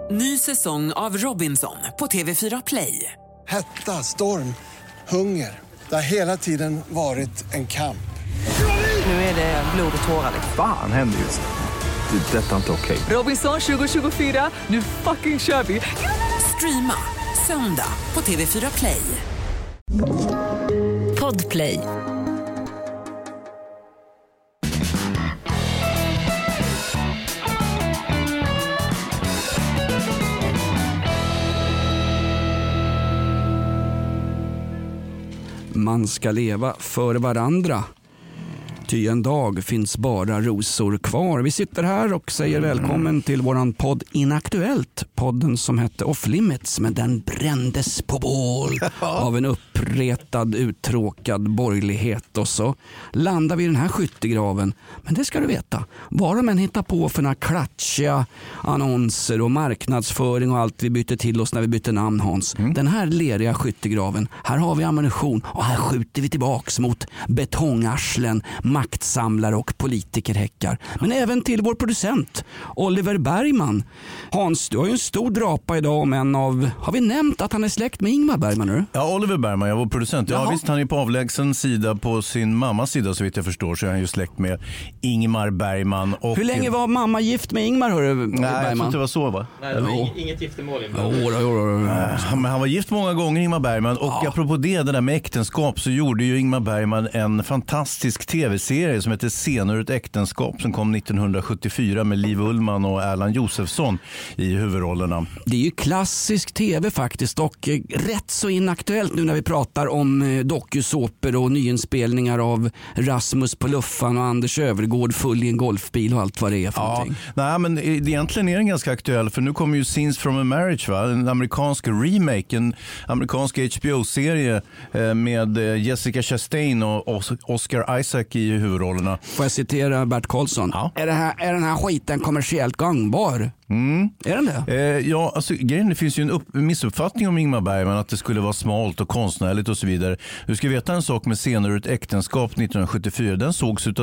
Ny säsong av Robinson på TV4 Play. Hetta, storm, hunger. Det har hela tiden varit en kamp. Nu är det blod och tårar. Fan händer just nu. Det. Detta är inte okej. Robinson 2024, nu fucking kör vi. Streama söndag på TV4 Play. Podplay. Man ska leva för varandra. Ty en dag finns bara rosor kvar. Vi sitter här och säger välkommen till våran podd Inaktuellt. Podden som hette Off Limits, men den brändes på bål av en uppretad, uttråkad borgerlighet. Och så landar vi i den här skyttegraven. Men det ska du veta. Vad de än hittar på för några klatschiga annonser och marknadsföring och allt vi byter till oss när vi byter namn, Hans. Den här leriga skyttegraven, här har vi ammunition och här skjuter vi tillbaks mot betongarslen, maktsamlare och politikerhäckar. Men även till vår producent Oliver Bergman. Hans, du har ju en stor drapa idag om en av... Har vi nämnt att han är släkt med Ingmar Bergman nu? Ja, Oliver Bergman, jag var producent. Ja, visst, han är på avlägsen sida på sin mammas sida, så vitt jag förstår, så är han ju släkt med Ingmar Bergman. Och... Hur länge var mamma gift med Ingmar, hörru, Bergman? Nej, jag tror inte det var så, va? Nej, det var inget giftermål. Men han var gift många gånger, Ingmar Bergman. Och apropå det där med äktenskap, så gjorde ju Ingmar Bergman en fantastisk tv-serie som heter Scener ur ett äktenskap, som kom 1974 med Liv Ullmann och Erland Josefsson i huvudrollerna. Det är ju klassisk tv faktiskt, och rätt så inaktuellt nu när vi pratar om dokusåper och nyinspelningar av Rasmus på luffan och Anders Övergård full i en golfbil och allt vad det är för någonting. Nej, men egentligen är den ganska aktuell, för nu kommer ju Scenes from a Marriage, va? En amerikansk remake, en amerikansk HBO-serie med Jessica Chastain och Oscar Isaac i huvudrollerna. Får jag citera Bert Karlsson? Ja. Är den här skiten kommersiellt gångbar? Är den det? Ja, alltså grejen, det finns ju en missuppfattning om Ingmar Bergman, att det skulle vara smalt och konstnärligt och så vidare. Du ska veta en sak med Scener ur ett äktenskap 1974. Den sågs ut av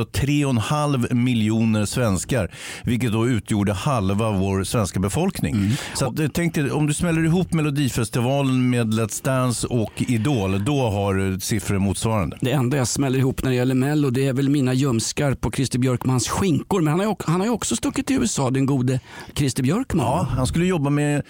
3,5 miljoner svenskar, vilket då utgjorde halva vår svenska befolkning. Så att, tänk dig, om du smäller ihop Melodifestivalen med Let's Dance och Idol, då har du siffror motsvarande. Det enda jag smäller ihop när det gäller Mello, det är väl mina gömskar på Christer Björkmans skinkor. Men han har ju också stuckit till USA, den gode Christer Björkman. Ja, han skulle jobba med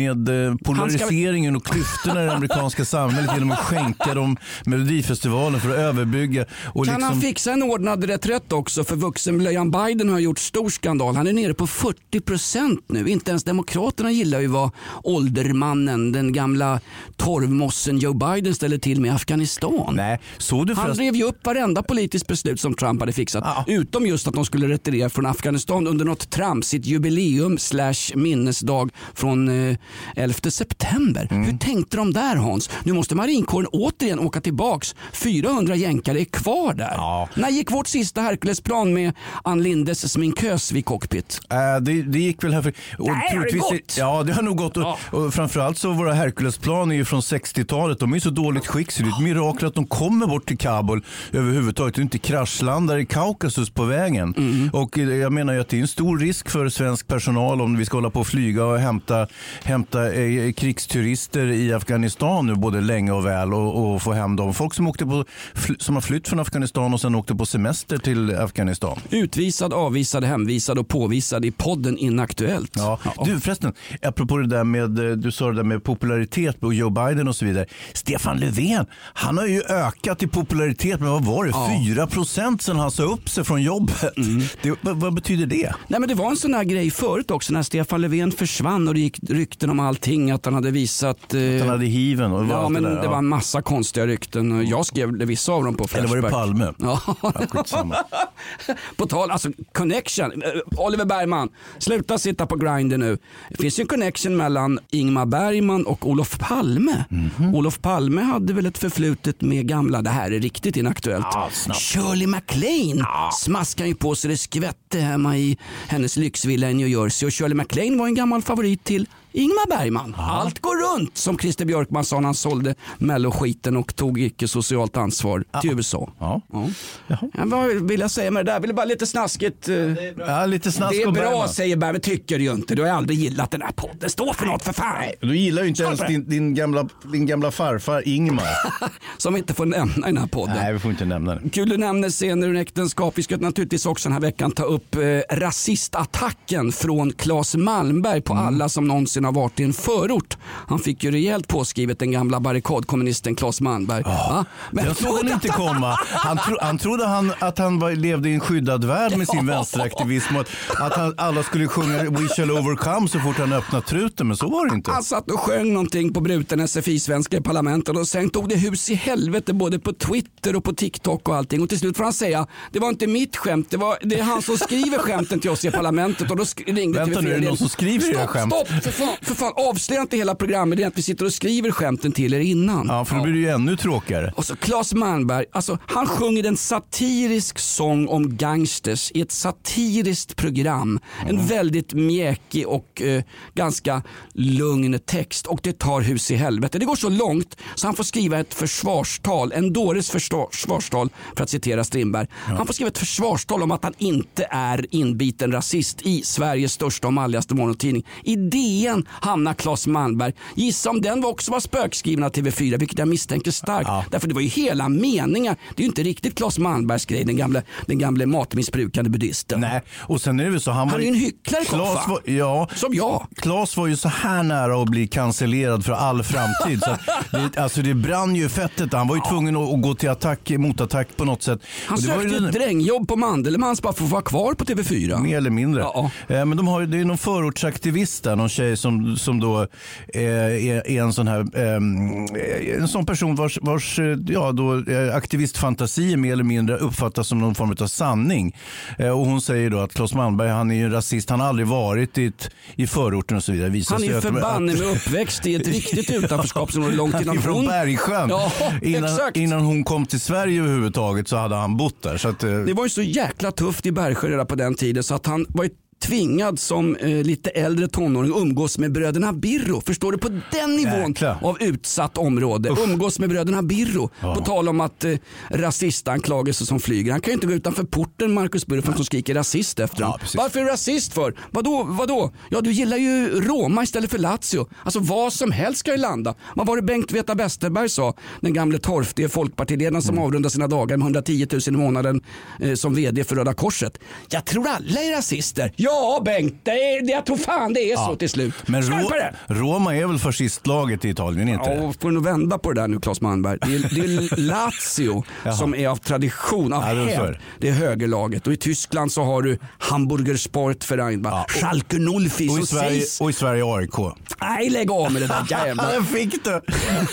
polariseringen och klyftorna i det amerikanska samhället genom att skänka dem Melodifestivalen för att överbygga. Och kan han fixa en ordnad reträtt också? För vuxenblöjan Biden har gjort stor skandal. Han är nere på 40% nu. Inte ens demokraterna gillar ju vad åldermannen, den gamla torvmossen Joe Biden ställer till med Afghanistan. Nej, han drev ju upp varenda politiskt beslut som Trump hade fixat. Utom just att de skulle retirera från Afghanistan under något tramsigt jubileum / minnesdag från 11 september. Hur tänkte de där, Hans? Nu måste marinkåren återigen åka tillbaks. 400 jänkare är kvar där. Ja. När gick vårt sista Herkulesplan med Ann Lindes sminkös vid cockpit? Det gick väl här för... Har det gått? Ja, det har nog gått. Och framförallt så våra Herkulesplan är ju från 60-talet. De är så dåligt skick, så det är ett mirakel att de kommer bort till Kabul överhuvudtaget och inte kraschlandar i Kaukasus på vägen. Och jag menar ju att det är en stor risk för svensk personal om vi ska hålla på att flyga och hämta krigsturister i Afghanistan nu både länge och väl och få hem dem. Folk som som har flytt från Afghanistan och sen åkte på semester till Afghanistan. Utvisad, avvisad, hemvisad och påvisad i podden Inaktuellt. Ja. Du förresten, apropå det där med, du sa det där med popularitet och Joe Biden och så vidare. Stefan Löfven, han har ju ökat i popularitet med, vad var det, 4% sen han sa upp sig från jobbet. Vad betyder det? Nej, men det var en sån här grej förut också när Stefan Löfven försvann och det gick rykten om allting, att han hade visat... att han hade hiven och men det var en massa konstiga rykten. Jag skrev vissa av dem på Flashback. Eller var det Palme? Ja. På tal, alltså connection. Oliver Bergman, sluta sitta på Grindr nu. Det finns ju en connection mellan Ingmar Bergman och Olof Palme. Olof Palme hade väl ett förflutet med gamla, det här är riktigt inaktuellt. Shirley MacLaine smaskade ju på sig det skvätte hemma i hennes lyxvilla i New Jersey. Och Shirley MacLaine var en gammal favorit till Ingmar Bergman. Allt går runt, som Christer Björkman sa när han sålde melloskiten och tog icke-socialt ansvar till USA. Ja. Vad vill jag säga med det där? Vill bara lite snaskigt. Lite snask. Det är och bra, Bergman. säger Bergman. Tycker du ju inte. Du har aldrig gillat den här podden. Stå för något för fan. Du gillar ju inte ens din gamla farfar Ingmar. Som inte får nämna i den här podden. Nej, vi får inte nämna det. Kul du nämner scener ur äktenskap. Vi ska naturligtvis också den här veckan ta upp rasistattacken från Claes Malmberg på alla som någonsin har varit i en förort. Han fick ju rejält påskrivet den gamla barrikadkommunisten Claes Malmberg. Men jag såg den inte komma. Han trodde att han levde i en skyddad värld med sin vänsteraktivism. Att alla skulle sjunga We shall overcome så fort han öppnade truten, men så var det inte. Han satt och sjöng någonting på bruten SFI-svenska i parlamentet och sen tog det hus i helvete både på Twitter och på TikTok och allting. Och till slut får han säga, det var inte mitt skämt, det är han som skriver skämten till oss i parlamentet. Och då ringde Vänta nu, är det någon som skriver era skämt? Stopp, för fan, avslöja inte hela programmet, det är att vi sitter och skriver skämten till er innan. Ja, för då blir det ju ännu tråkigare. Och så Claes Malmberg, alltså han sjunger en satirisk sång om gangsters i ett satiriskt program. En väldigt mjäkig och ganska lugn text, och det tar hus i helvete. Det går så långt så han får skriva ett försvarstal, en dåres försvarstal, för att citera Strindberg. Han får skriva ett försvarstal om att han inte är inbiten rasist i Sveriges största och malligaste morgontidning. I DN hamnar Claes Malmberg. Gissa om den också var spökskriven av TV4, vilket jag misstänker starkt. Därför det var ju hela meningar. Det är ju inte riktigt Claes Malmbergs grej, den gamla matmissbrukande buddhisten. Nej, och sen är det så han är ju en hycklare, som jag. Claes var ju så här nära att bli cancellerad för all framtid. Så det brann ju fettet. Han var ju tvungen att gå till motattack på något sätt. Han sökte ett drängjobb på Mandelmans bara för att vara kvar på TV4. Mer eller mindre. Men det är någon förortsaktivist där, någon tjej som då är en sån här en sån person vars aktivistfantasi mer eller mindre uppfattas som någon form av sanning. Och hon säger då att Claes Malmberg, han är ju en rasist, han har aldrig varit i förorten och så vidare. Han är ju förbanne med uppväxt i ett riktigt utanförskap som var långt innan från Bergsjön. Innan hon kom till Sverige överhuvudtaget så hade han bott där. Så att, det var ju så jäkla tufft i Bergsjön redan på den tiden så att han var ju tvingad som lite äldre tonåring umgås med bröderna Birro. Förstår du? På den nivån av utsatt område. Umgås med bröderna Birro. På tal om att rasistanklagelser som flyger. Han kan ju inte gå utanför porten, Marcus Birro, för att de skriker rasist efter honom. Varför är du rasist för? Vadå? Ja, du gillar ju Roma istället för Lazio. Alltså vad som helst ska ju landa. Vad var det Bengt Veta Westerberg sa? Den gamle torftige folkpartiledaren som avrundar sina dagar med 110 000 i månaden som vd för Röda Korset. Jag tror alla är rasister. Ja, Bengt, jag tror fan det är så till slut. Men Roma är väl fascistlaget i Italien, inte det? Ja, får du vända på det där nu, Claes Malmberg. Det är Lazio som är av tradition, av hävd. Det är högerlaget. Och i Tyskland så har du Hamburger Sportverein, Schalke 04 och i Sverige AIK. Nej, lägg av med det där jävla. Det fick du.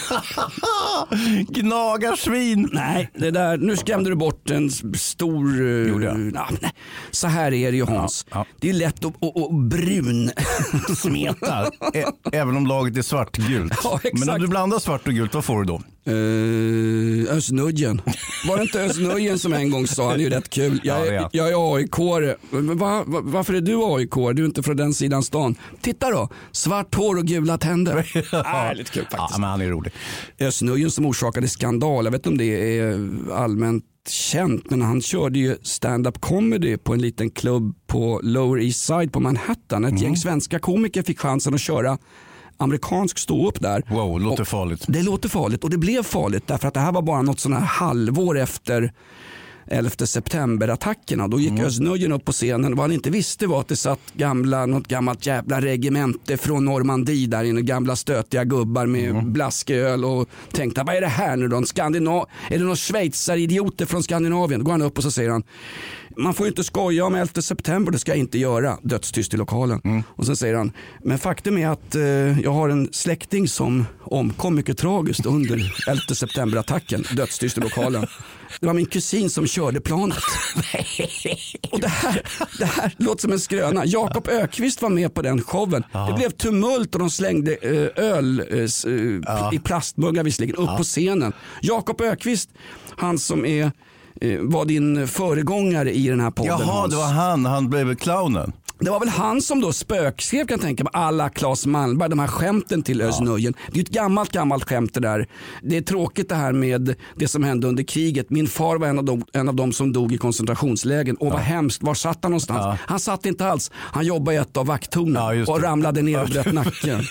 Gnagarsvin. Nej, det där, nu skrämde du bort en stor... nej. Så här är det ju, Hans. Det är lätt att brun smeta. Även om laget är svartgult. Men om du blandar svart och gult, vad får du då? Ösnudgen. Var det inte Ösnudgen som en gång sa? Han är ju rätt kul. Jag är AIK-are. Varför är du AIK? Du är inte från den sidan stan. Titta då, svart hår och gula tänder. Lite kul faktiskt. Ja, men han är rolig. Ösnudgen som orsakade skandal. Jag vet inte om det är allmänt känt, men han körde ju stand-up comedy på en liten klubb på Lower East Side på Manhattan. Ett gäng svenska komiker fick chansen att köra amerikansk stå-upp där. Wow, det låter farligt. Det låter farligt, och det blev farligt därför att det här var bara något sån här halvår efter 11 september-attackerna. Då gick Ösnudgen upp på scenen. Vad han inte visste var att det satt något gammalt jävla regemente från Normandie där inne, gamla stötiga gubbar med blaskeöl, och tänkte, vad är det här nu då? Är det någon schweizaridioter från Skandinavien? Då går han upp och så säger han, man får ju inte skoja om 11 september, det ska jag inte göra. Dödstyst i lokalen. Och sen säger han, men faktum är att jag har en släkting som omkom mycket tragiskt under 11 september-attacken. Dödstyst i lokalen. Det var min kusin som körde planet. Och det här låter som en skröna. Jakob Ökvist var med på den showen. Det blev tumult och de slängde öl i plastmuggar visserligen upp på scenen. Jakob Ökvist, han som var din föregångare i den här podden. Jaha, det var han blev clownen. Det var väl han som då spökskrev, kan jag tänka mig, alla Claes Malmberg, de här skämten till Özz Nujen. Det är ju ett gammalt skämt det där. Det är tråkigt det här med det som hände under kriget. Min far var en av dem som dog i koncentrationslägen. Och vad hemskt, var satt han någonstans? Ja. Han satt inte alls. Han jobbade i ett av vakttornen och ramlade ner och bröt nacken.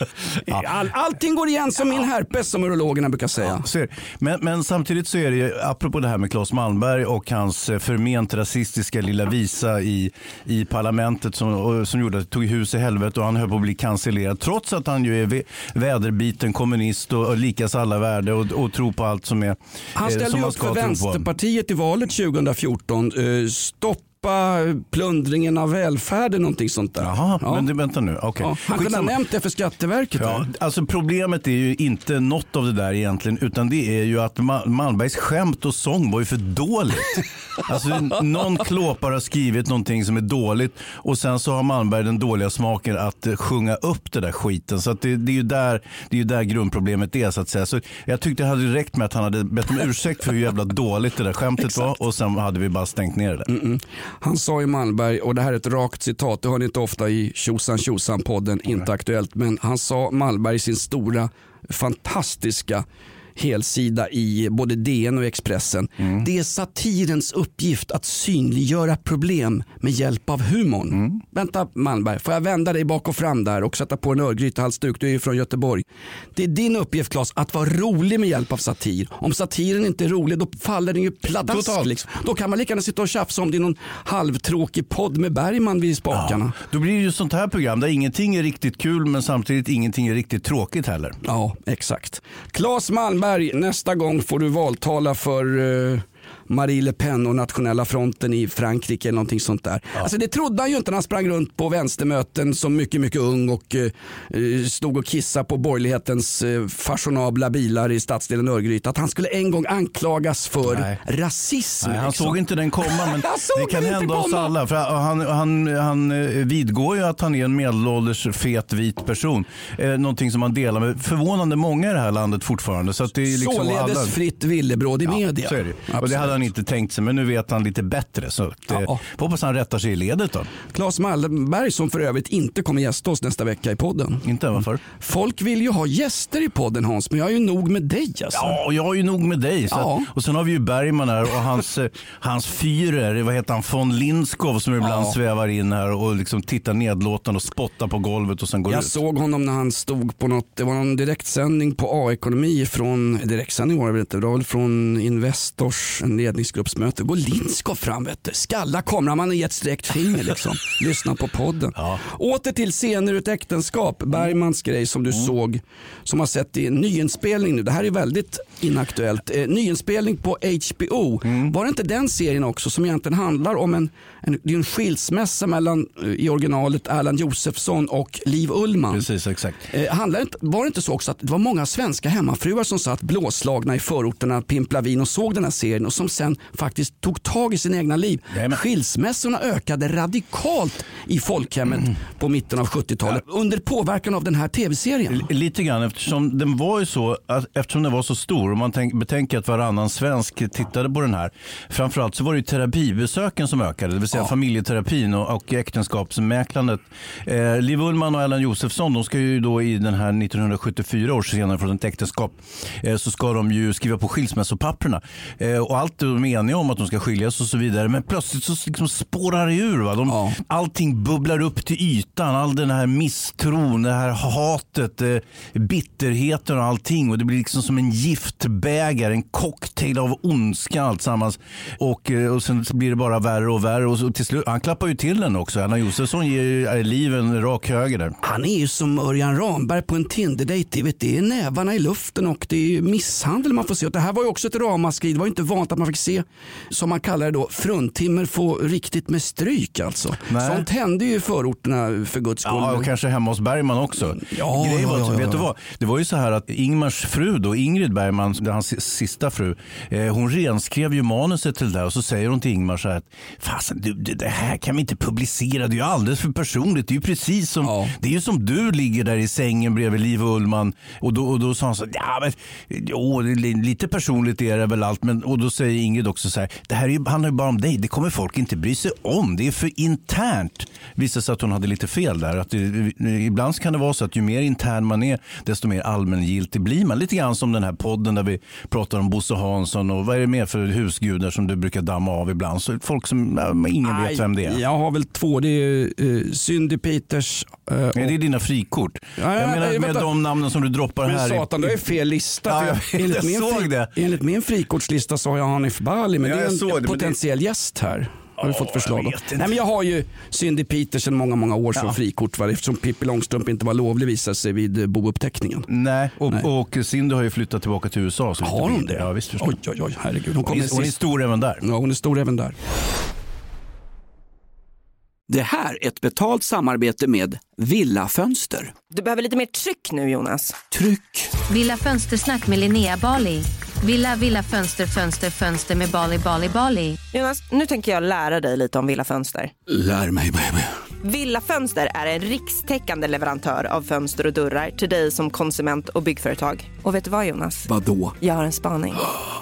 Allting går igen som min herpes, som urologerna brukar säga. Men samtidigt så är det, apropå det här med Claes Malmberg och hans förment rasistiska lilla visa i parlamentet som gjorde att det tog hus i helvete och han höll på att bli cancellerad. Trots att han ju är väderbiten kommunist och likas alla värde och tror på allt som är han ställde som man upp ska för tro på. Vänsterpartiet i valet 2014. Stoppa plundringen av välfärden, någonting sånt där. Jaha, men vänta nu. Okay. Ja, han kunde ha nämnt det för Skatteverket. Ja, alltså problemet är ju inte något av det där egentligen, utan det är ju att Malmbergs skämt och sång var ju för dåligt. Alltså någon klåpare har skrivit någonting som är dåligt och sen så har Malmberg den dåliga smaken att sjunga upp det där skiten. Så att det är ju där grundproblemet är, så att säga. Så jag tyckte det hade räckt med att han hade bett om ursäkt för hur jävla dåligt det där skämtet var och sen hade vi bara stängt ner det. Han sa i Malmberg, och det här är ett rakt citat, det hör ni inte ofta i Tjosan-Tjosan-podden, inte aktuellt, men han sa Malmberg i sin stora, fantastiska helsida i både DN och Expressen. Det är satirens uppgift att synliggöra problem med hjälp av humorn. Vänta Malmberg, får jag vända dig bak och fram där och sätta på en örgrytehalsduk? Du är ju från Göteborg. Det är din uppgift, Claes, att vara rolig med hjälp av satir. Om satiren inte är rolig, då faller den ju pladask. Liksom. Då kan man lika gärna sitta och tjafsa om det är någon halvtråkig podd med Bergman vid spakarna. Ja, då blir det ju sånt här program där ingenting är riktigt kul men samtidigt ingenting är riktigt tråkigt heller. Ja, exakt. Claes Malmberg, nästa gång får du valtala för Marie Le Pen och Nationella fronten i Frankrike eller någonting sånt där. Ja. Alltså det trodde han ju inte när han sprang runt på vänstermöten som mycket ung och stod och kissade på borgerlighetens fashionabla bilar i stadsdelen Örgryte, att han skulle en gång anklagas för rasism. Nej, han såg inte den komma, men det kan hända oss alla. För han vidgår ju att han är en medelålders fet vit person. Någonting som han delar med förvånande många i det här landet fortfarande. Så att det är liksom således fritt villebråd i media. Så är det. Och det hade han inte tänkt sig, men nu vet han lite bättre. Så hoppas han rättar sig i ledet då. Claes Malmberg, som för övrigt inte kommer gästa oss nästa vecka i podden. Inte, varför? Folk vill ju ha gäster i podden, Hans, men jag är ju nog med dig alltså. Ja, jag är ju nog med dig. Så och sen har vi ju Bergman här och hans fyrer, vad heter han, von Lindskov, som ibland svävar in här och liksom tittar nedlåtande och spottar på golvet och sen går ut. Jag såg honom när han stod på något, det var någon direktsändning på A-ekonomi direktsändning var det väl inte, det var väl från Investors, en ledningsgruppsmöte. Går Lindskov fram, vet du. Skalla kameraman i ett sträckt finger liksom. Lyssna på podden. Ja. Åter till Scener ur ett äktenskap. Bergmans grej som du såg, som har sett i nyinspelning nu. Det här är väldigt inaktuellt. Nyinspelning på HBO. Var det inte den serien också som egentligen handlar om det är en skilsmässa mellan i originalet Erland Josephson och Liv Ullmann. Precis, exakt. Var det inte så också att det var många svenska hemmafruar som satt blåslagna i förorterna Pimplavin och såg den här serien och som sen faktiskt tog tag i sin egna liv. Skilsmässorna ökade radikalt i folkhemmet på mitten av 70-talet under påverkan av den här tv-serien. Lite grann, eftersom den var ju så, eftersom den var så stor och man betänker att varannan svensk tittade på den här. Framförallt så var det ju terapibesöken som ökade, det vill säga familjeterapin och äktenskapsmäklandet. Liv Ullmann och Erland Josephson, de ska ju då i den här 1974 års senare från ett äktenskap så ska de ju skriva på skilsmässopapperna. Och allt de är eniga om att de ska skiljas och så vidare, men plötsligt så liksom spårar det ur. Va? Allting bubblar upp till ytan, all den här misstron, det här hatet, bitterheten och allting, och det blir liksom som en giftbägare, en cocktail av ondska alltsammans, och sen så blir det bara värre och värre, och så till slut, han klappar ju till den också. Erland Josephson ger liven rak höger där. Han är ju som Örjan Ramberg på en Tinder-date, det är nävarna i luften och det är misshandel man får se. Och det här var ju också ett ramaskri, det var inte vanligt att man fick se, som man kallar det då, fruntimmer få riktigt med stryk alltså. Sånt hände ju i förorterna för guds skull. Ja, och kanske hemma hos Bergman också. Vet du vad? Det var ju så här att Ingmars fru då, Ingrid Bergman, hans sista fru, hon renskrev ju manuset till det där, och så säger hon till Ingmar så här att fasen, det här kan vi inte publicera, det är ju alldeles för personligt, det är ju precis som det är ju som du ligger där i sängen bredvid Liv Ullmann, och då sa han så lite personligt är det väl allt, men och då säger Ingrid också så här, det här handlar ju bara om dig, det kommer folk inte bry sig om, det är för internt. Visade sig att hon hade lite fel där, att ibland kan det vara så att ju mer intern man är, desto mer allmängiltig blir man. Lite grann som den här podden där vi pratar om Bosse Hansson och vad är det mer för husgudar som du brukar damma av ibland, så folk som ingen vet vem det är. Jag har väl två, det är Cindy Peters. Det är dina frikort. Jag menar med de namnen som du droppar här. Men satan, det är fel lista. Enligt min frikortslista så har jag Hanif Bali, men det är en potentiell gäst här. Har vi fått förslag om. Nej, men jag har ju Cindy Peters sedan många år som frikort, eftersom Pippi Långstrump inte var lovlig visade sig vid bouppteckningen. Nej, och Cindy har ju flyttat tillbaka till USA. Så har hon det? Ja, visst, oj, herregud. Hon är stor även där. Ja, hon är stor även där. Det här är ett betalt samarbete med Villa Fönster. Du behöver lite mer tryck nu, Jonas. Tryck. Villa Fönstersnack med Linnea Bali. Villa Fönster med Bali. Jonas, nu tänker jag lära dig lite om Villa Fönster. Lär mig, baby. Villa Fönster är en rikstäckande leverantör av fönster och dörrar till dig som konsument och byggföretag. Och vet du vad, Jonas? Vadå? Jag har en spaning.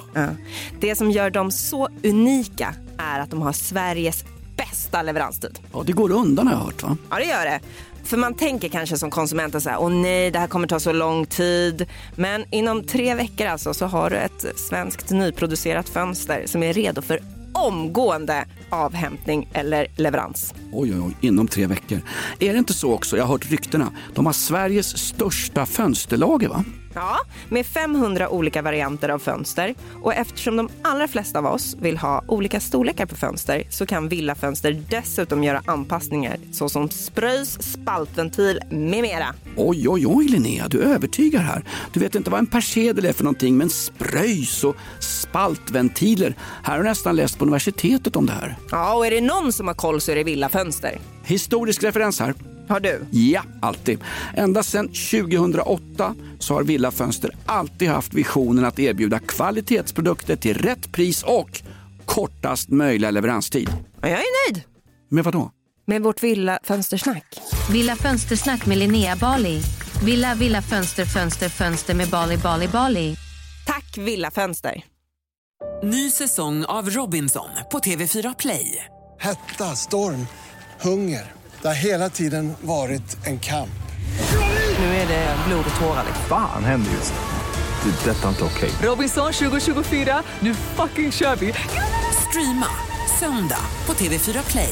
Det som gör dem så unika är att de har Sveriges bästa leveranstid. Ja, det går undan har jag hört, va? Ja, det gör det. För man tänker kanske som konsument så här, åh nej, det här kommer ta så lång tid. Men inom 3 veckor alltså så har du ett svenskt nyproducerat fönster som är redo för omgående avhämtning eller leverans. Oj, inom 3 veckor. Är det inte så också? Jag har hört ryktena. De har Sveriges största fönsterlager, va? Ja, med 500 olika varianter av fönster. Och eftersom de allra flesta av oss vill ha olika storlekar på fönster så kan Villa Fönster dessutom göra anpassningar såsom spröjs, spaltventil med mera. Oj, Linnea, du övertygar här. Du vet inte vad en persedel är för någonting, men spröjs och spaltventiler. Här har jag nästan läst på universitetet om det här. Ja, och är det någon som har koll så är det Villa Fönster. Historisk referens här. Har du? Ja, alltid. Ända sedan 2008 så har Villa Fönster alltid haft visionen att erbjuda kvalitetsprodukter till rätt pris och kortast möjliga leveranstid. Ja, jag är nöjd. Med vad då? Med vårt Villa Fönstersnack. Villa Fönstersnack med Linnea Bali. Villa Fönster med Bali. Tack Villa Fönster. Ny säsong av Robinson på TV4 Play. Hetta, storm, hunger. Det har hela tiden varit en kamp. Nu är det blod och tårar. Fan händer just det. Det är detta inte okej. Robinson 2024, nu fucking kör vi. Streama söndag på TV4 Play.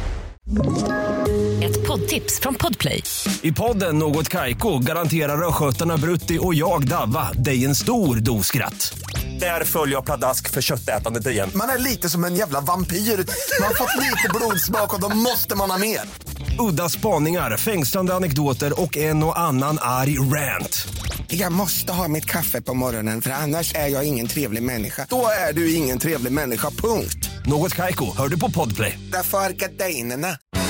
Ett poddtips från Podplay. I podden Något Kaiko garanterar röskötarna Brutti och jag Davva dig en stor doskratt. Där följer jag pladask för köttätandet igen. Man är lite som en jävla vampyr. Man har fått lite blodsmak och då måste man ha mer. Udda spaningar, fängslande anekdoter och en och annan arg rant. Jag måste ha mitt kaffe på morgonen för annars är jag ingen trevlig människa. Då är du ingen trevlig människa, punkt. Något Kaiko, hör du på Podplay. Därför är gardinerna.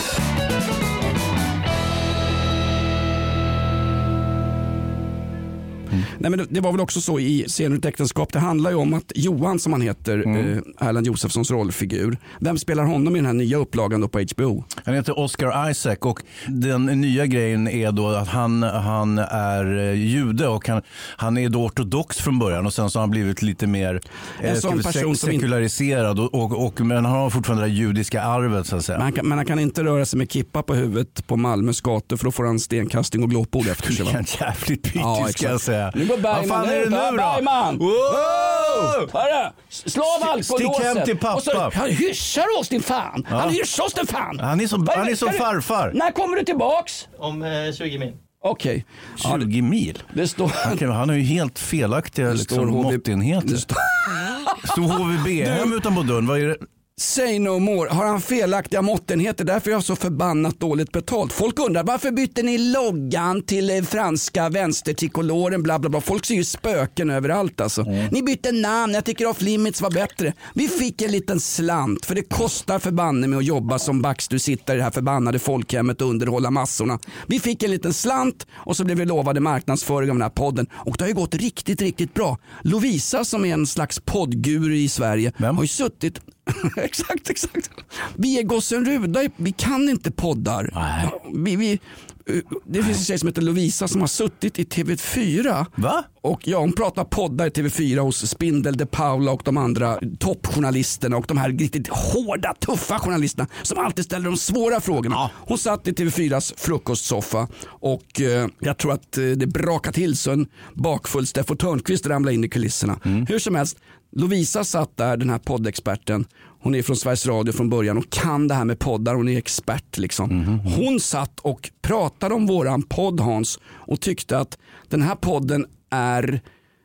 Nej, men det var väl också så i Scener ett äktenskap. Det handlar ju om att Johan, som han heter, Erland Josephsons rollfigur. Vem spelar honom i den här nya upplagan då på HBO? Han heter Oscar Isaac och den nya grejen är då att han är jude och han är då ortodox från början och sen så har han blivit lite mer sekulariserad men han har fortfarande det judiska arvet så att säga. Men han kan inte röra sig med kippa på huvudet på Malmös gator för då får han stenkastning och glåpord efter sig. Det är jävligt pyttiskt ska jag säga. Nu går Bergman. Vad fan är det nu då? Bergman! Wow! Hörru, slå av alkolåset. Stick hem till pappa. Och så, han hyschar oss din fan. Ja. Han hyschar oss din fan. Han är som farfar. När kommer du tillbaks? Om 20 mil. Okej. 20 mil? Det står... Han har ju helt felaktiga måttenheter. Står HVB-hem utanpå dörren. Vad är det? Say no more. Har han felaktiga måttenheter? Därför är jag så förbannat dåligt betalt. Folk undrar, varför bytte ni loggan till franska vänstertrikoloren bla bla bla. Folk ser ju spöken överallt alltså. Ni bytte namn, jag tycker Off Limits var bättre. Vi fick en liten slant, för det kostar förbanne med att jobba som Baxter, sitta i det här förbannade folkhemmet och underhålla massorna. Vi fick en liten slant och så blev vi lovade marknadsföring av den här podden. Och det har ju gått riktigt, riktigt bra. Lovisa, som är en slags poddguru i Sverige, har ju suttit Exakt. Vi är gossen Ruda, vi kan inte poddar. Nej. Det finns en tjej som heter Lovisa som har suttit i TV4. Va? Och hon pratar poddar i TV4 hos Spindel de Paula och de andra toppjournalisterna och de här riktigt hårda, tuffa journalisterna som alltid ställer de svåra frågorna. Ja. Hon satt i TV4s frukostsoffa och jag tror att det brakade till så en bakfull Steffo Törnqvist ramlade in i kulisserna. Hur som helst, Lovisa satt där, den här poddexperten. Hon är från Sveriges Radio från början och kan det här med poddar. Hon är expert liksom. Hon satt och pratade om våran podd, Hans, och tyckte att den här podden är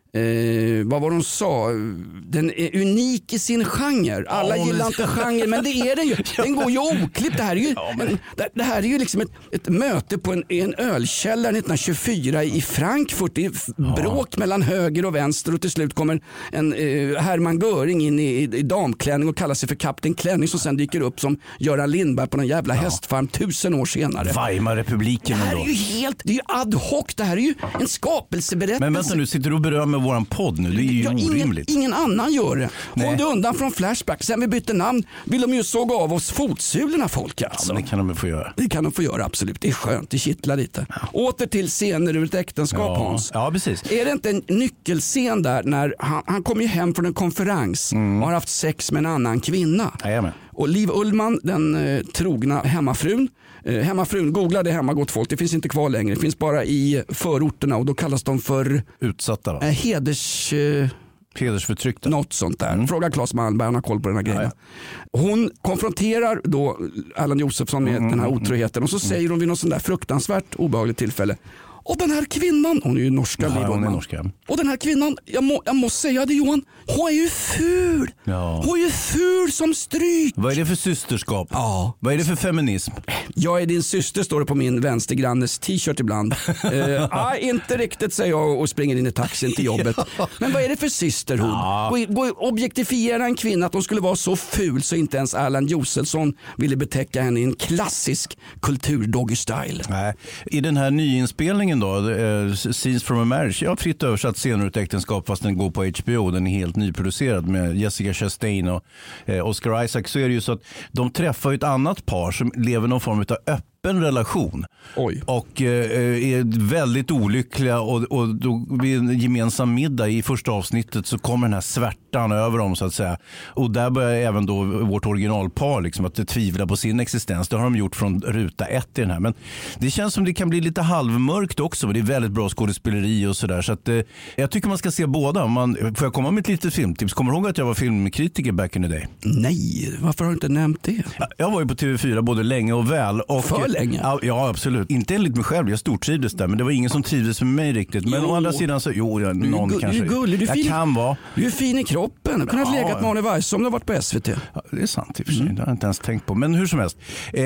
vad var de sa? Den är unik i sin genre. Alla gillar inte genre, men det är den ju. Den går ju oklippt. Det här är ju, det här är ju liksom ett möte på en ölkällare 1924 i Frankfurt. Det är bråk mellan höger och vänster och till slut kommer en Hermann Göring in i damklänning och kallar sig för Kapten Klänning som sen dyker upp som Göran Lindberg på någon jävla hästfarm 1000 år senare. Weimarrepubliken. Det här är ju helt, det är ju ad hoc. Det här är ju en skapelseberättelse. Men vänta nu, sitter du och berömmer våran podd nu? Det är ju orimligt. Ingen annan gör det. Håll dig undan från Flashback. Sen vi bytte namn vill de ju såga av oss fotsulorna, folk alltså. Ja, men det kan de få göra. Det kan de få göra, absolut. Det är skönt, det kittlar lite. Åter till scener ur ett äktenskap, Hans. Ja, precis. Är det inte en nyckelscen där när han kommer ju hem från en konferens och har haft sex med en annan kvinna. Jajamän. Och Liv Ullmann, den trogna hemmafrun, googla det, hemma gott folk, det finns inte kvar längre, det finns bara i förorterna och då kallas de för utsatta, va? Hedersförtryckta. Något sånt där. Fråga Claes Malmberg, han har koll på den här grejen. Hon konfronterar då Erland Josephson med den här otroheten och så säger hon vid något sånt där fruktansvärt obehagligt tillfälle: och den här kvinnan, hon är ju norska, hon är norska. Och den här kvinnan, jag måste säga det, Johan, hon är ju ful. Ja. Hon är ju ful som stryk. Vad är det för systerskap? Ja. Vad är det för feminism? Jag är din syster, står det på min vänstergrannes t-shirt ibland. Inte riktigt, säger jag och springer in i taxin till jobbet. Men vad är det för sisterhood? Gå objektifiera en kvinna att hon skulle vara så ful så inte ens Erland Josephson ville betäcka henne i en klassisk kulturdoggy style. Nej. I den här nyinspelningen då, Scenes from a Marriage, jag har fritt översatt Scener ur ett äktenskap fast den går på HBO, den är helt nyproducerad med Jessica Chastain och Oscar Isaac, så är det ju så att de träffar ett annat par som lever någon form av öppen relation. Oj. Och är väldigt olyckliga och då vid en gemensam middag i första avsnittet så kommer den här svärtan över dem så att säga. Och där börjar även då vårt originalpar liksom att tvivla på sin existens. Det har de gjort från ruta 1 i den här. Men det känns som det kan bli lite halvmörkt också. Det är väldigt bra skådespeleri och sådär. Så att jag tycker man ska se båda. Får jag komma med ett litet filmtips? Kommer du ihåg att jag var filmkritiker back in the day? Nej, varför har du inte nämnt det? Jag var ju på TV4 både länge och väl. Och för länge? Ja, absolut. Inte enligt mig själv, jag stortrivdes där. Men det var ingen som trivdes med mig riktigt. Men å andra sidan så, någon kanske. Du är gullig, jag kan vara. Du är fin i kroppen. Du kunde ha legat med Arne Weise om du har varit på SVT. Ja, det är sant i och för sig. Det har jag inte ens tänkt på. Men hur som helst.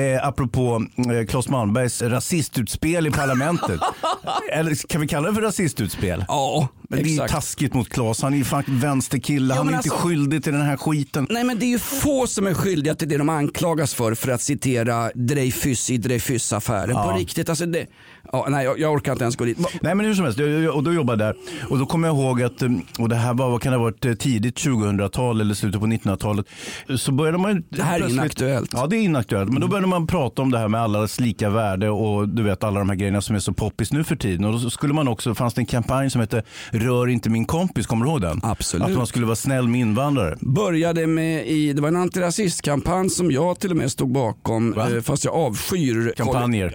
Apropå Claes Malmbergs rasistutspel i parlamentet. Eller kan vi kalla det för rasistutspel? Ja, men det är taskigt mot Claes. Han är ju faktiskt vänsterkille. Han är inte skyldig till den här skiten. Nej, men det är ju få som är skyldiga till det de anklagas för att citera Dreyfus i Dreyfusaffären. På riktigt, alltså det... nej, jag orkar inte ens gå dit. Nej, men hur som helst, och då jobbade jag där. Och då kommer jag ihåg att, och det här var, vad kan det ha varit, tidigt 2000-tal eller slutet på 1900-talet. Så började man... Det här är inaktuellt. Ja, det är inaktuellt. Men då började man prata om det här med allas lika värde och du vet alla de här grejerna som är så poppis nu för tiden. Och då skulle man också, fanns det en kampanj som hette Rör inte min kompis, kommer du ihåg den? Absolut. Att man skulle vara snäll med invandrare. Började med det var en antirasistkampanj som jag till och med stod bakom, fast jag avskyr kampanjer.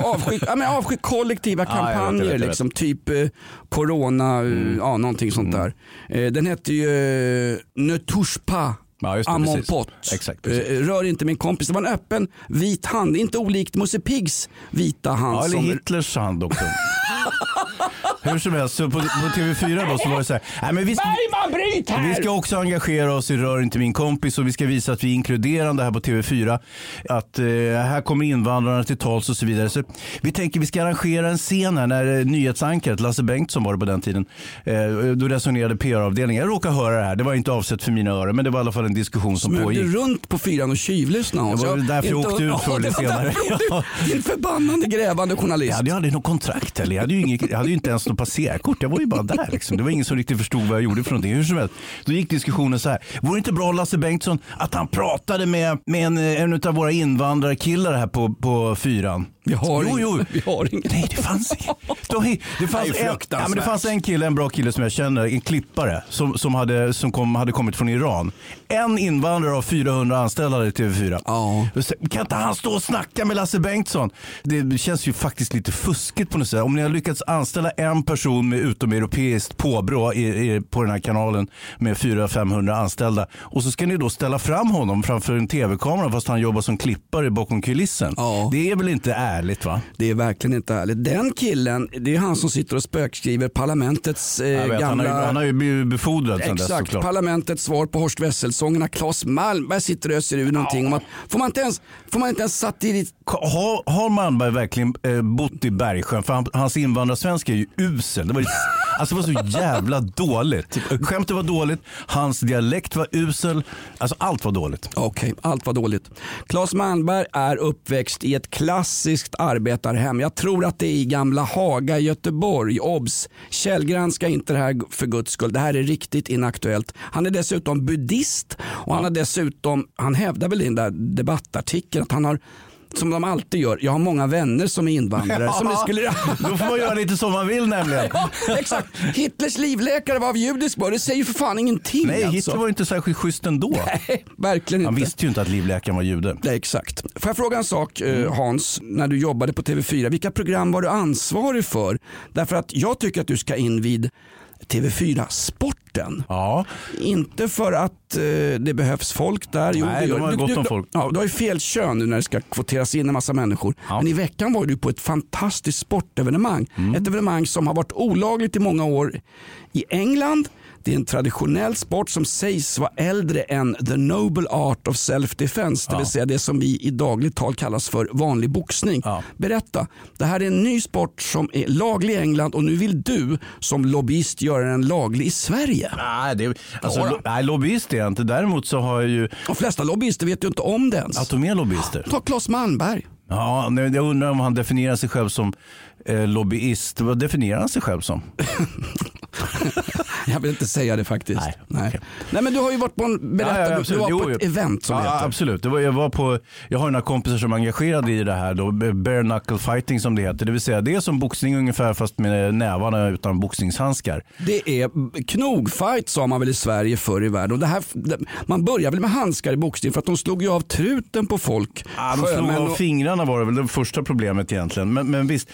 Avskyr kollektiva kampanjer, jag vet. liksom typ corona, någonting sånt där. Den hette ju Ne touche pas à mon pot. Exakt, rör inte min kompis. Det var en öppen vit hand, inte olikt Musse Piggs vita hand. Ja, eller Hitlers hand också. Hur som helst, så på TV4 då så var det så här, nej men vi ska också engagera oss i Rör inte min kompis och vi ska visa att vi är inkluderande här på TV4, att här kommer invandrarna till tals och så vidare. Så vi tänker vi ska arrangera en scen här när nyhetsankaret Lasse Bengtsson var det på den tiden, då resonerade PR-avdelningen. Jag råkar höra det här, det var inte avsett för mina öron, men det var i alla fall en diskussion som pågick. Smög du runt på fyran och tjuvlyssnade? Det var därför jag åkte ut för det senare. Din förbannande grävande journalist. Jag hade nog kontrakt, eller jag hade hade ju inte ens något passerkort. Jag var ju bara där liksom. Det var ingen som riktigt förstod vad jag gjorde för någonting. Hur som helst. Då gick diskussionen så här. Vore det inte bra Lasse Bengtsson att han pratade med en av våra invandrarkillar här på fyran? Vi har ingen. Nej, det fanns ingen. Det fanns en kille, en bra kille som jag känner, en klippare som hade kommit från Iran. En invandrare av 400 anställda i TV4. Ja. Kan inte han stå och snacka med Lasse Bengtsson? Det känns ju faktiskt lite fuskigt på något sätt. Om ni har lyckats anställa en person med utomeuropeiskt påbrå på den här kanalen med 400-500 anställda och så ska ni då ställa fram honom framför en tv-kamera fast han jobbar som klippare bakom kulissen. Ja. Det är väl inte ärligt, va? Det är verkligen inte ärligt. Den killen, det är han som sitter och spökskriver parlamentets gamla... Han har ju blivit befordrad sen dess, såklart. Exakt, parlamentets svar på Horst Wessel-sångerna. Claes Malmberg sitter och öser ur någonting om att får man inte ens satiriskt... Har Malmberg verkligen bott i Bergsjön? För hans invandrarsvenska är ju usel. Det var så jävla dåligt. Skämtet var dåligt, hans dialekt var usel. Alltså allt var dåligt. Okej, allt var dåligt. Claes Malmberg är uppväxt i ett klassiskt arbetarhem. Jag tror att det är i gamla Haga i Göteborg. Obs! Källgranska inte det här för guds skull. Det här är riktigt inaktuellt. Han är dessutom buddhist och han hävdar väl i den där debattartikeln att han har, som de alltid gör, jag har många vänner som är invandrare. Ja, som det skulle... Då får man göra lite som man vill nämligen. Exakt. Hitlers livläkare var av judisk börd. Det säger ju för fan ingenting. Nej, Hitler var inte särskilt schysst ändå. Nej, verkligen inte. Han visste ju inte att livläkaren var jude. Nej, exakt. Får jag fråga en sak, Hans, när du jobbade på TV4, vilka program var du ansvarig för? Därför att jag tycker att du ska in vid TV4-sporten. Ja. Inte för att det behövs folk där. Nej, de har gott om folk. Du har ju fel kön nu när det ska kvoteras in en massa människor. Ja. Men i veckan var du på ett fantastiskt sportevenemang. Ett evenemang som har varit olagligt i många år i England. Det är en traditionell sport som sägs vara äldre än the noble art of self-defense. Det vill säga det som vi i dagligt tal kallas för vanlig boxning. Ja. Berätta, det här är en ny sport som är laglig i England och nu vill du som lobbyist göra den laglig i Sverige. Nej, lobbyist är jag inte. Däremot så har jag ju... De flesta lobbyister vet ju inte om det ens. Att de är lobbyister. Ta Claes Malmberg. Ja, jag undrar om han definierar sig själv som lobbyist. Vad definierar han sig själv som? Jag vill inte säga det faktiskt. Nej. Okay. Nej, men du har ju varit på du var på ett event som heter. Absolut. Jag har några kompisar som är engagerade i det här då, bare knuckle fighting som det heter. Det vill säga det är som boxning ungefär fast med nävarna utan boxningshandskar. Det är knogfight sa man väl i Sverige förr i världen. Och man började väl med handskar i boxning för att de slog ju av truten på folk. Ja, de slog av fingrarna var det väl det första problemet egentligen. Men visst,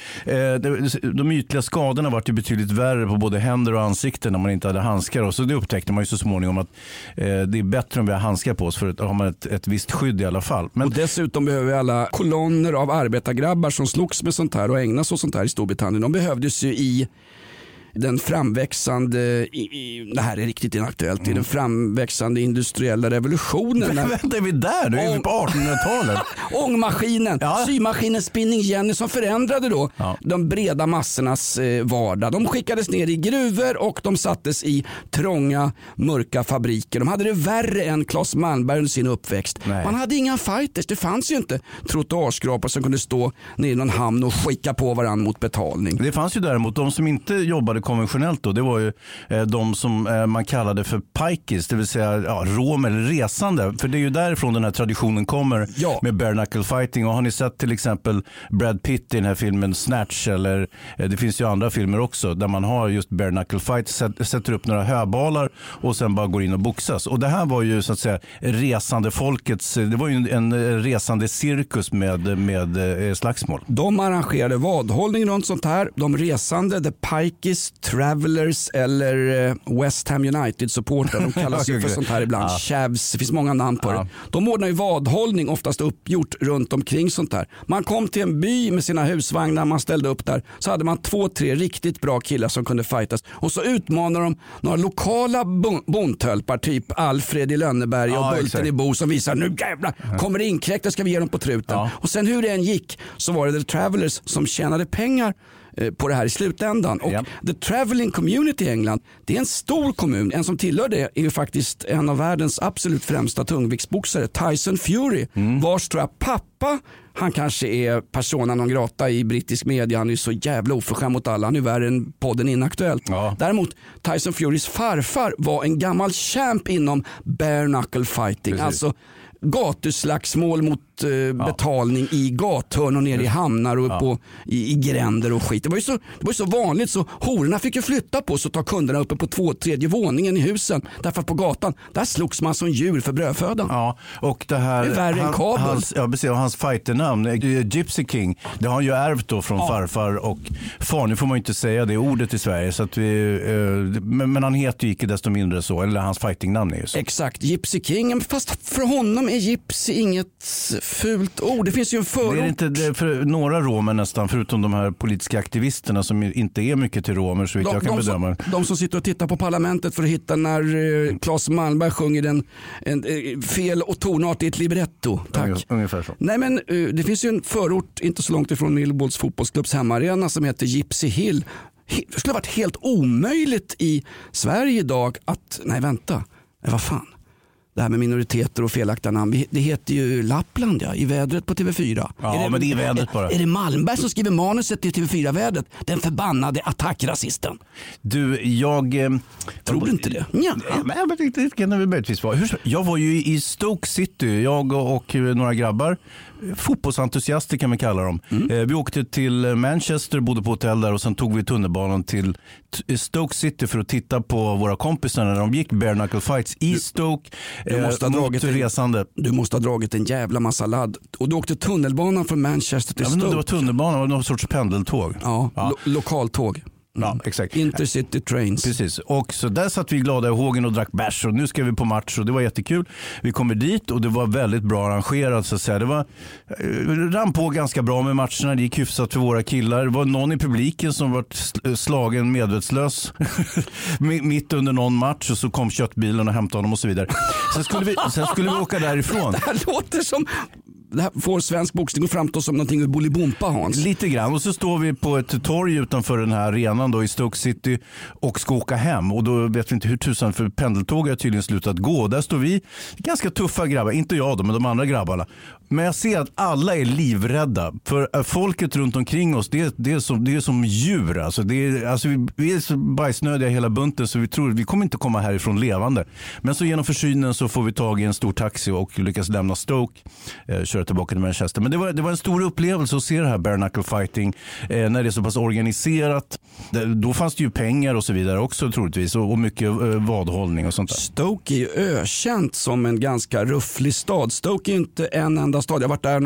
de ytliga skadorna var ju betydligt värre på både händer och ansikten när man inte hade handskar. Och så det upptäckte man ju så småningom att det är bättre om vi har handskar på oss för att har man ett visst skydd i alla fall. Men... Och dessutom behöver vi alla kolonner av arbetargrabbar som slogs med sånt här och ägnas åt sånt här i Storbritannien. De behövdes ju i den framväxande, det här är riktigt inaktuellt, i den framväxande industriella revolutionen. Men vänta, är vi där nu? Är vi på 1800-talet? Ångmaskinen, symaskinen Spinning Jenny som förändrade då de breda massornas vardag. De skickades ner i gruvor och de sattes i trånga, mörka fabriker. De hade det värre än Claes Malmberg under sin uppväxt. Nej. Man hade inga fighters, det fanns ju inte trottoarskrapar som kunde stå nere i någon hamn och skicka på varandra mot betalning. Det fanns ju däremot de som inte jobbade konventionellt då, det var ju de som man kallade för pikes, det vill säga rom eller resande, för det är ju därifrån den här traditionen kommer med bare knuckle fighting. Och har ni sett till exempel Brad Pitt i den här filmen Snatch, eller det finns ju andra filmer också där man har just bare knuckle fight, sätter upp några höbalar och sen bara går in och boxas. Och det här var ju så att säga resande folkets, det var ju en resande cirkus med slagsmål. De arrangerade vadhållning runt sånt här, de resande, the pikes, Travelers eller West Ham United-supporter. De kallas ju för sånt här ibland. Chavs, det finns många namn på det. De ordnar ju vadhållning, oftast uppgjort runt omkring sånt här. Man kom till en by med sina husvagnar, man ställde upp där. Så hade man 2-3 riktigt bra killar som kunde fightas. Och så utmanar de några lokala bondtölpar, typ Alfred i Lönneberg och Bulten i Bo, som visar nu jävlar, kommer det inkräkta ska vi ge dem på truten. Och sen hur det än gick så var det The Travelers som tjänade pengar på det här i slutändan. Och The Traveling Community i England, det är en stor kommun. En som tillhör det är ju faktiskt en av världens absolut främsta tungviktsboxare, Tyson Fury, vars tror jag pappa, han kanske är persona non grata i brittisk media. Han är så jävla oförskämd mot alla. Han är värre än podden Inaktuellt. Ja. Däremot Tyson Furys farfar var en gammal champ inom bare knuckle fighting. Precis. Alltså gatuslagsmål mot betalning i gathörn och ner i hamnar och i gränder och skit. Det var ju så vanligt så hororna fick ju flytta på sig och ta kunderna uppe på 2-3 våningen i husen. Därför att på gatan, där slogs man som djur för brödfödan. Ja, och det här... Det är värre än kabel. Hans fighternamn, Gypsy King, det har han ju ärvt då från farfar och far. Nu får man ju inte säga det ordet i Sverige. Så att men han heter ju icke desto mindre så, eller hans fightingnamn är ju så. Exakt, Gypsy King. Fast för honom är gypsy inget fult ord. Det finns ju en förort. Det är inte det för några romer nästan, förutom de här politiska aktivisterna som inte är mycket till romer så vitt jag kan bedöma. De som sitter och tittar på parlamentet för att hitta när Claes Malmberg sjunger en fel och tonart i ett libretto. Tack. Ungefär så. Nej, men det finns ju en förort inte så långt ifrån Millwalls fotbollsklubbs hemmaarena som heter Gypsy Hill. Det skulle ha varit helt omöjligt i Sverige idag att, vad fan. Det här med minoriteter och felaktiga namn. Det heter ju Lappland i vädret på TV4. Ja, men det är vädret bara. Är det Malmberg som skriver manuset till TV4-vädret? Den förbannade attackrasisten. Du, tror du inte det? Ja. Men det kan det väl möjligtvis vara. Jag var ju i Stoke City, jag och några grabbar. Fotbollsentusiaster kan vi kalla dem. Vi åkte till Manchester, bodde på hotell där och sen tog vi tunnelbanan till Stoke City för att titta på våra kompisar när de gick bare knuckle fights i Stoke. Du måste ha dragit en jävla massa ladd. Och du åkte tunnelbanan från Manchester till Stoke. Det var tunnelbanan, det var någon sorts pendeltåg. Lokaltåg. Ja, exakt. Intercity trains. Precis. Och så där satt vi glada i hågen och drack bärs och nu ska vi på match och det var jättekul. Vi kommer dit och det var väldigt bra arrangerat så att säga. Det var rann på ganska bra med matcherna. Det gick hyfsat för våra killar. Det var någon i publiken som var slagen medvetslös mitt under någon match och så kom köttbilen och hämtade honom och så vidare. Sen skulle vi åka därifrån. Det här låter som... Det här får svensk boxning att framstå som någonting ur Bolibompa, Hans. Lite grann. Och så står vi på ett torg utanför den här arenan då i Stoke City och ska åka hem. Och då vet vi inte hur tusan för pendeltåget har tydligen slutat gå. Där står vi, ganska tuffa grabbar. Inte jag då, men de andra grabbarna. Men jag ser att alla är livrädda. För folket runt omkring oss, det är som djur. Alltså, vi är så bajsnödiga hela bunten så vi tror vi kommer inte komma härifrån levande. Men så genom försynen så får vi tag i en stor taxi och lyckas lämna Stoke. Köra tillbaka till Manchester. Men det var en stor upplevelse att se det här bare knuckle fighting när det är så pass organiserat. Då fanns det ju pengar och så vidare också troligtvis och mycket vadhållning och sånt där. Stoke är ju ökänt som en ganska rufflig stad. Stoke är inte en enda stad. Jag har varit där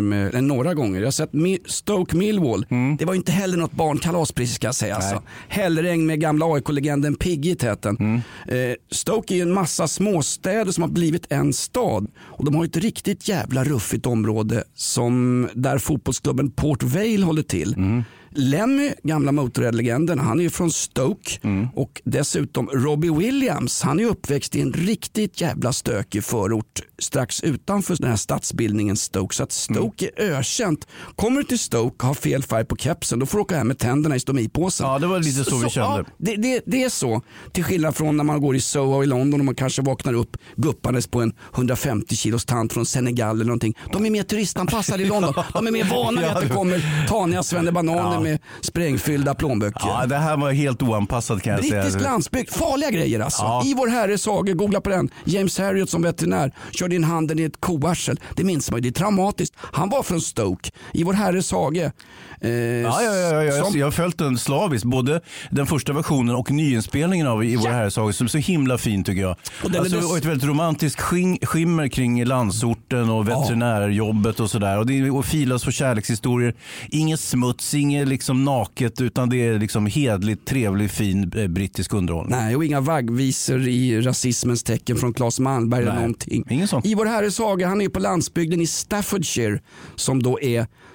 några gånger. Jag har sett Stoke Millwall. Det var inte heller något barnkalas precis ska jag säga. Alltså. Hellräng med gamla AIK-legenden Piggy i täten. Stoke är ju en massa småstäder som har blivit en stad och de har ett riktigt jävla ruffigt område som där fotbollsklubben Port Vale håller till. Lemmy, gamla Motorhead-legenden, han är ju från Stoke och dessutom Robbie Williams, han är uppväxt i en riktigt jävla stökig förort strax utanför den här stadsbildningen Stoke. Så att Stoke är ökänt. Kommer du till Stoke och har fel färg på kepsen, då får du åka hem med tänderna i stomipåsen. Ja, det var lite så vi kände. Ja, det är så. Till skillnad från när man går i Soho i London och man kanske vaknar upp guppandes på en 150 kilos tant från Senegal eller någonting. De är mer turistanpassade i London. De är mer vana vid att det kommer taniga svennebananer med sprängfyllda plånböcker. Ja, det här var helt oanpassat kan jag säga. Brittisk landsbygd, farliga grejer alltså. Ja. I vår herres sage, googla på den. James Harriot som veterinär körde in handen i ett koarsel. Det minns man ju, det är traumatiskt. Han var från Stoke. I vår herres hage. Jag har följt den slaviskt. Både den första versionen och nyinspelningen av I vår herres hage som är så himla fin tycker jag. Och ett väldigt romantiskt skimmer kring landsorten och veterinärjobbet och sådär. Och filas på kärlekshistorier. Ingen smuts, inget liksom naket utan det är liksom hedligt, trevlig, fin brittisk underhållning. Nej, och inga vaggvisor i rasismens tecken från Claes Malmberg eller någonting. Ingen sån. I vår herres hage, han är på landsbygden i Staffordshire som då är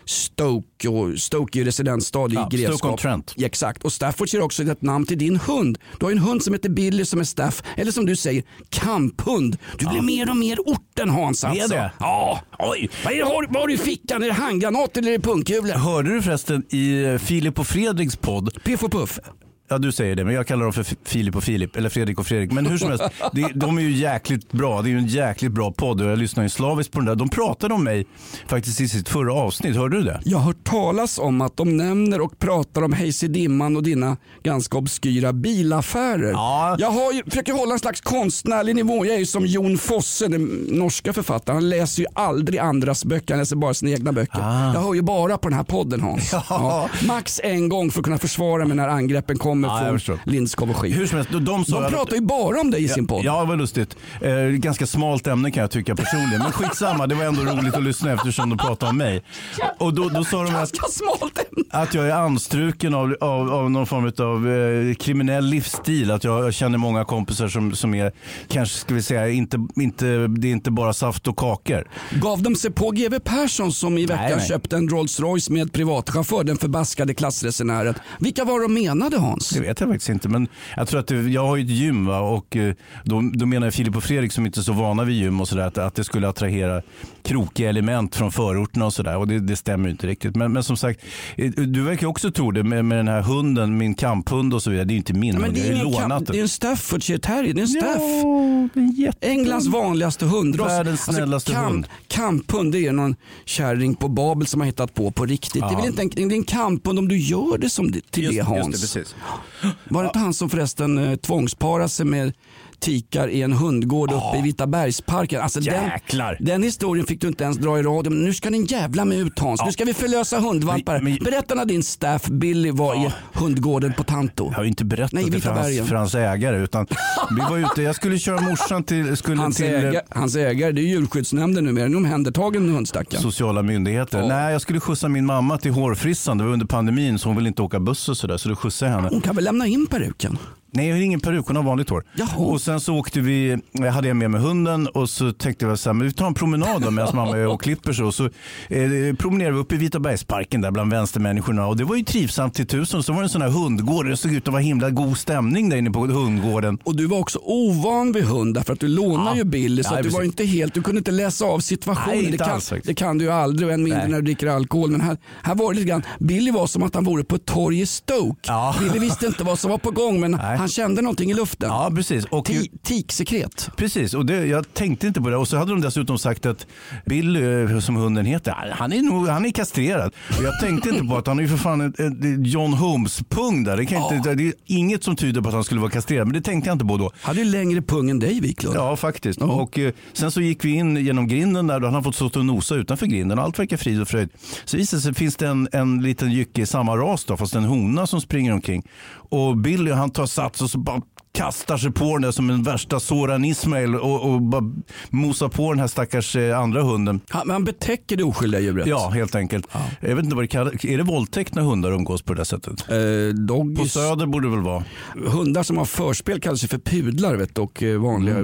Stoke, och Stoke är residensstad i grevskap. Stoke-on-Trent. Ja, exakt. Och Staffordshire är också ett namn till din hund. Du har en hund som heter Billy som är Staff, eller som du säger, kamphund. Du blir mer och mer orten, Hans. Alltså. Är det? Ja. Oj. Vad har du i fickan? Är det handgranat eller är det punkkulor? Hörde du förresten i Filip och Fredriks podd? Piff och Puff. Ja, du säger det, men jag kallar dem för Filip och Filip, eller Fredrik och Fredrik. Men hur som helst, de är ju jäkligt bra. Det är ju en jäkligt bra podd och jag lyssnar ju slaviskt på den där. De pratade om mig faktiskt i sitt förra avsnitt, hörde du det? Jag har hört talas om att de nämner och pratar om Hayes i dimman och dina ganska obskyra bilaffärer. Ja. Jag försöker hålla en slags konstnärlig nivå. Jag är ju som Jon Fosse, den norska författaren. Han läser ju aldrig andras böcker, han läser bara sina egna böcker. Jag hör ju bara på den här podden, Hans. Ja. Max en gång för att kunna försvara mig när angreppen kommer från Lindskov och skit. Hur som helst, de pratar ju bara om dig i sin podd. Ja, det var lustigt. Ganska smalt ämne kan jag tycka personligen. Men skitsamma, det var ändå roligt att lyssna eftersom de pratade om mig. Och då sa de att jag är anstruken av någon form av kriminell livsstil. Att jag känner många kompisar som är, kanske ska vi säga, det är inte bara saft och kakor. Gav de sig på GW Persson som i veckan köpte en Rolls Royce med privatchaufför, den förbaskade klassresenären? Vilka var de menade, Hans? Det vet jag faktiskt inte, men jag tror att jag har ju ett gym, va? Och då menar Filip och Fredrik som inte är så vana vid gym och sådär att det skulle attrahera krokiga element från förorterna och sådär, och det stämmer ju inte riktigt. Men som sagt, du verkar också tro det med den här hunden, min kamphund och så vidare. Det är ju inte min, men det är lånat. Det är en Staffordshire terrier, det är en Staff. Englands vanligaste hundras. Världens snällaste hund. Kamphund, det är någon kärring på Babel som har hittat på riktigt. Det är väl inte en kamphund om du gör det som till det, Hans. Just det, precis. Var det inte han som förresten tvångsparade sig med tikar i en hundgård uppe i Vitabergsparken? Alltså den historien fick du inte ens dra i radio. Men nu ska ni jävla med ut, Hans. Nu ska vi förlösa hundvalpar. Berätta när din staff Billy var i hundgården på Tanto. Jag har ju inte berättat det för hans ägare, utan vi var ute. Jag skulle köra morsan till hans ägare, det är djurskyddsnämnden numera. En omhändertagen hundstackare. Sociala myndigheter. Ja. Nej, jag skulle skjussa min mamma till hårfrissan. Det var under pandemin, så hon ville inte åka buss och sådär, så då skjutsade jag henne. Hon kan väl lämna in peruken? Nej, jag har ingen peruk, hon har vanligt hår. Jaha. Och sen så åkte vi, jag hade med mig hunden och så tänkte jag så här, men vi tar en promenad då medan mamma är och klipper så promenerade vi upp i Vitabergsparken där bland vänstermänniskorna, och det var ju trivsamt till tusen. Så var det en sån här hundgård, det såg ut att vara himla god stämning där inne på hundgården. Och du var också ovan vid hund därför att du lånar ju Billy, så att du var inte helt, du kunde inte läsa av situationen. Nej, det kan du ju aldrig, och än mindre när du dricker alkohol. Men här var det lite grann, Billy var som att han vore på ett torg i Stoke. Ja. Billy visste inte vad som var på gång, men han kände någonting i luften. Ja, precis. Och tiksekret. Precis, och jag tänkte inte på det. Och så hade de dessutom sagt att Bill, som hunden heter, han är kastrerad. Och jag tänkte inte på att han är ju för fan en John Holmes-pung där. Det är inget som tyder på att han skulle vara kastrerad, men det tänkte jag inte på då. Hade ju längre pung än dig, Wiklund. Ja, faktiskt. Och sen så gick vi in genom grinden där, då han har fått stå och nosa utanför grinden. Allt verkar frid och fröjd. Så visst så finns det en liten jycke i samma ras då, fast en hona som springer omkring. Och Billy, han tar sats och så bara kastar sig på den där som en värsta Soran Ismail och bara mosar på den här stackars andra hunden. Han betäcker det oskyldiga djuret. Ja, helt enkelt. Ja. Jag vet inte vad det kallas. Är det våldtäkt när hundar umgås på det sättet? På Söder borde det väl vara. Hundar som har förspel kallas ju för pudlar, vet du, och vanliga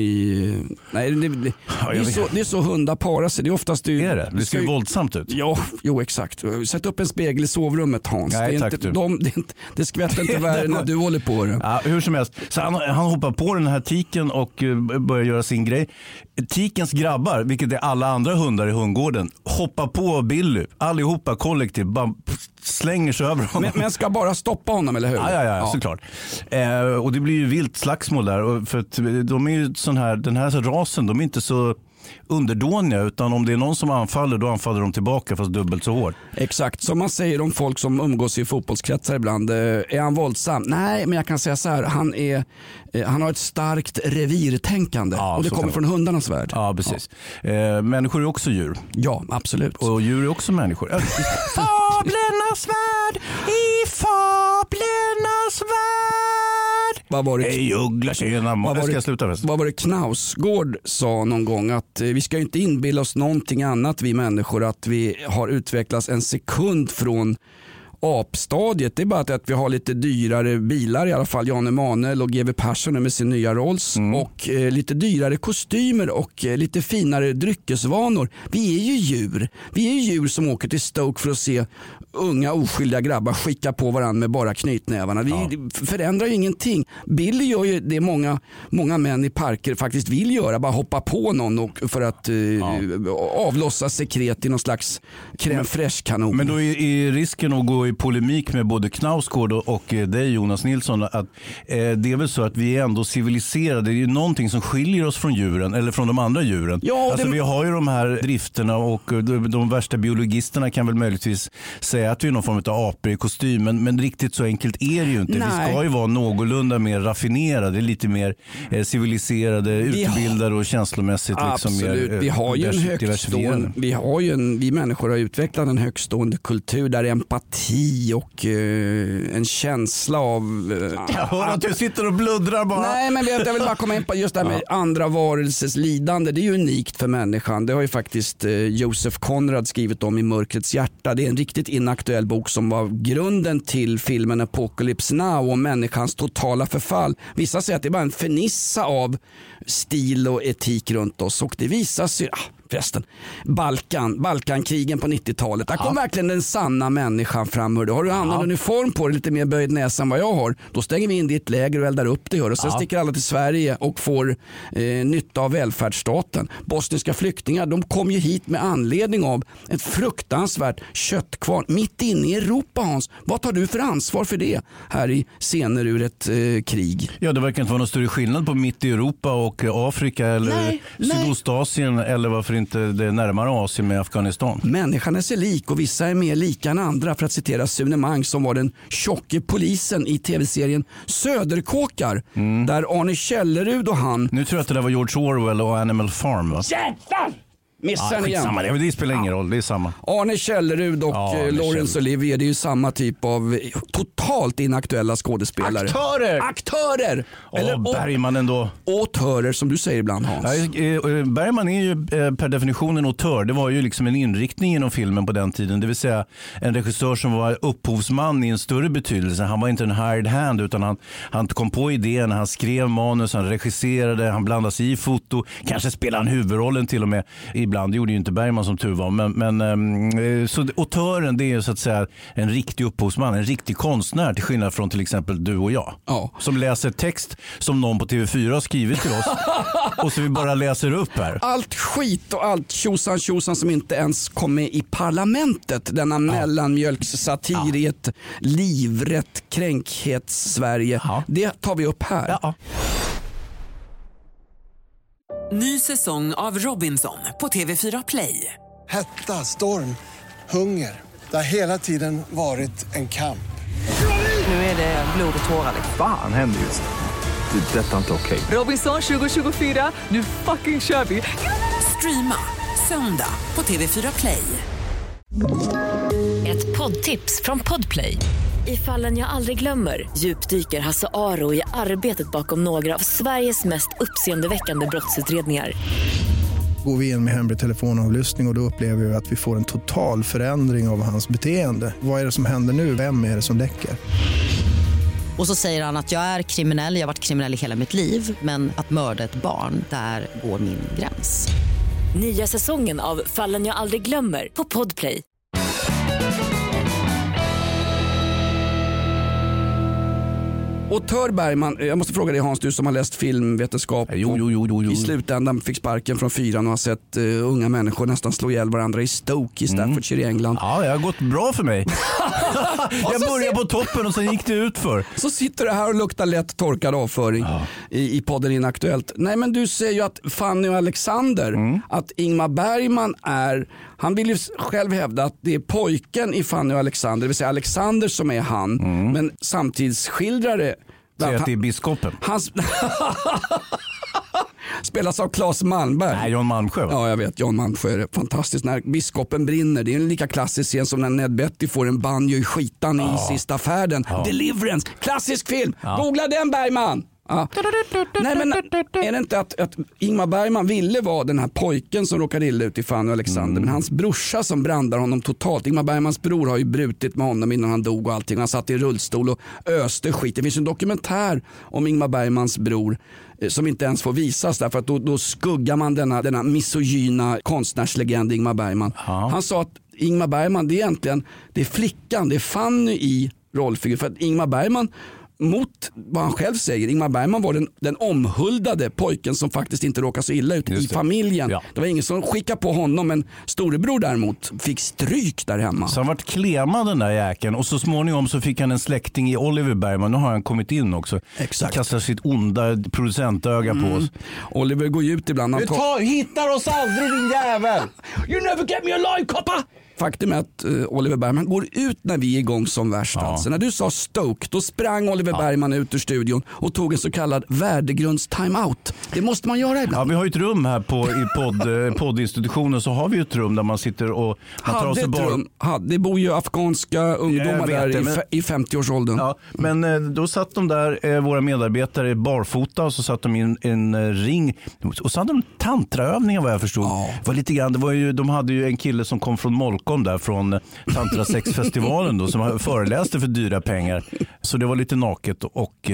det är så hundar parar sig. Det är oftast det ser ju våldsamt ut. Ja, jo exakt. Sätt upp en spegel i sovrummet, Hans. Nej, det skvätter inte värre när du håller på det. Ja, hur som helst. Så han hoppar på den här tiken och börjar göra sin grej. Tikens grabbar, vilket är alla andra hundar i hundgården, hoppar på Billy. Allihopa kollektivt bara slänger sig över honom. Men ska bara stoppa honom, eller hur? Ja, såklart. Och det blir ju vilt slagsmål där. För att de är ju den här rasen, de är inte så underdåniga, utan om det är någon som anfaller, då anfaller de tillbaka, fast dubbelt så hårt. Exakt, som man säger om folk som umgås i fotbollskretsar ibland. Är han våldsam? Nej, men jag kan säga så här, han har ett starkt revirtänkande, och det kommer från hundarnas värld. Ja, precis. Ja. Människor är också djur. Ja, absolut. Och djur är också människor. Fablernas värld, i fablernas värld. Vad var det? Hej uggla, tjena. Vad var det Knausgård sa någon gång? Att vi ska inte inbilla oss någonting annat, vi människor, att vi har utvecklats en sekund från apstadiet. Det är bara att vi har lite dyrare bilar, i alla fall Jan Emanuel och GW Persson med sin nya Rolls och lite dyrare kostymer och lite finare dryckesvanor. Vi är ju djur. Vi är ju djur som åker till Stoke för att se unga oskyldiga grabbar skicka på varandra med bara knytnävarna. Vi förändrar ju ingenting. Billy gör ju det många män i parker faktiskt vill göra, bara hoppa på någon och för att avlossa sekret i någon slags crème fraîche-kanon. Men då är risken att gå i polemik med både Knausgård och dig, Jonas Nilsson, att det är väl så att vi är ändå civiliserade. Det är ju någonting som skiljer oss från djuren eller från de andra djuren. Ja, alltså, vi har ju de här drifterna och de värsta biologisterna kan väl möjligtvis säga att vi är någon form av apor i kostym, men riktigt så enkelt är det ju inte. Nej. Vi ska ju vara någolunda mer raffinerade, lite mer civiliserade, utbildade och känslomässigt liksom mer vi har ju en högstående, vi människor har utvecklat en högstående kultur där empati och en känsla av jag hör att du sitter och bluddrar bara. Nej, men jag vill bara komma in på just det här med andra varelsers lidande. Det är ju unikt för människan. Det har ju faktiskt Joseph Conrad skrivit om i Mörkrets hjärta. Det är en riktigt inaktuell bok som var grunden till filmen Apocalypse Now och människans totala förfall. Vissa säger att det är bara en fernissa av stil och etik runt oss, och det visar sig förresten. Balkankrigen på 90-talet. Där kom verkligen den sanna människan fram. Har du annan uniform på dig, lite mer böjd näsa än vad jag har, då stänger vi in ditt läger och eldar upp det. Och sen sticker alla till Sverige och får nytta av välfärdsstaten. Bosniska flyktingar, de kom ju hit med anledning av ett fruktansvärt köttkvarn mitt inne i Europa, Hans. Vad tar du för ansvar för det här i scener ur ett krig? Ja, det verkar inte vara någon större skillnad på mitt i Europa och Afrika eller Sydostasien eller varför inte det närmare Asien med Afghanistan. Människan är sig lik och vissa är mer lika än andra, för att citera Sune Mang som var den tjocke polisen i tv-serien Söderkåkar där Arne Källerud och han... Nu tror jag att det där var George Orwell och Animal Farm, va? Jävlar! Missar igen. Det spelar ingen roll, det är samma. Arne Källerud och Laurence Olivier, det är ju samma typ av totalt inaktuella skådespelare. Aktörer! Bergman ändå. Autörer som du säger ibland, Hans. Bergman är ju per definition en autör. Det var ju liksom en inriktning inom filmen på den tiden. Det vill säga en regissör som var upphovsman i en större betydelse. Han var inte en hired hand, utan han kom på idén, han skrev manus, han regisserade, han blandade sig i foto. Kanske spelade han huvudrollen till och med. Ibland gjorde ju inte Bergman som tur var, men så autören, det är så att säga en riktig upphovsman, en riktig konstnär, till skillnad från till exempel du och jag som läser text som någon på TV4 har skrivit till oss och så vi bara läser upp här. Allt skit och allt tjosan som inte ens kom med i parlamentet, denna mellanmjölkssatir i ett livrätt kränkhetssverige, det tar vi upp här. Ny säsong av Robinson på TV4 Play. Hetta, storm, hunger. Det har hela tiden varit en kamp. Nu är det blod och tårar. Fan händer just det. Det är detta inte okej. Robinson 2024, nu fucking kör vi. Streama söndag på TV4 Play. Ett poddtips från Podplay. I Fallen jag aldrig glömmer djupdyker Hasse Aro i arbetet bakom några av Sveriges mest uppseendeväckande brottsutredningar. Går vi in med hemlig telefonavlyssning och då upplever vi att vi får en total förändring av hans beteende. Vad är det som händer nu? Vem är det som läcker? Och så säger han att jag är kriminell, jag har varit kriminell i hela mitt liv, men att mörda ett barn, där går min gräns. Nya säsongen av Fallen jag aldrig glömmer på Podplay. Auteur Bergman, jag måste fråga dig Hans, du som har läst filmvetenskap. Jo. I slutändan fick sparken från 4 och har sett unga människor nästan slå ihjäl varandra i Stoke i Staffordshire i England. Ja, det har gått bra för mig. Jag började på toppen och sen gick det ut för. Så sitter det här och luktar lätt torkad avföring i podden Inaktuellt. Nej, men du säger ju att Fanny och Alexander, att Ingmar Bergman han vill ju själv hävda att det är pojken i Fanny och Alexander, det vill säga Alexander som är han, men samtidsskildrare. Säg att det är biskopen. Spelas av Claes Malmberg. Nej, Jan Malmsjö. Ja, jag vet. Jan Malmsjö är fantastiskt. När biskopen brinner, det är en lika klassisk scen som när Ned Betty får en banjo i skitan i sista färden. Deliverance, klassisk film. Googla den, Bergman. Ja. Nej, men är det inte att Ingmar Bergman ville vara den här pojken som råkade illa ut i Fanny och Alexander, men hans brorsa som brandar honom totalt. Ingmar Bergmans bror har ju brutit med honom innan han dog och allting. Han satt i rullstol och öste skit. Det finns en dokumentär om Ingmar Bergmans bror som inte ens får visas därför att då skuggar man denna misogyna konstnärslegend Ingmar Bergman. Ja. Han sa att Ingmar Bergman, det är flickan, det är Fanny i rollfigur. För att Ingmar Bergman, mot vad han själv säger, Ingmar Bergman var den omhuldade pojken som faktiskt inte råkade så illa ut i familjen. Ja. Det var ingen som skickade på honom, men storebror däremot fick stryk där hemma. Så han vart klemad den där jäkeln och så småningom så fick han en släkting i Oliver Bergman. Nu har han kommit in också. Exakt. Kastar sitt onda producentöga på oss. Oliver går ju ut ibland. Du hittar oss aldrig, din jävel! You never get me alive, koppa! Faktum är att Oliver Bergman går ut när vi är igång som värst. Alltså, när du sa Stoke, då sprang Oliver Bergman ut ur studion och tog en så kallad värdegrunds timeout. Det måste man göra ibland. Ja, vi har ju ett rum här i poddinstitutionen, så har vi ju ett rum där man sitter och det bor ju afghanska ungdomar där i 50-årsåldern. Ja, men då satt de där, våra medarbetare, barfota, och så satt de i en ring och så hade de tantraövningar vad jag förstod. Var lite grann, de hade ju en kille som kom från Molkom där från Tantra Sex-festivalen då, som föreläste för dyra pengar. Så det var lite naket och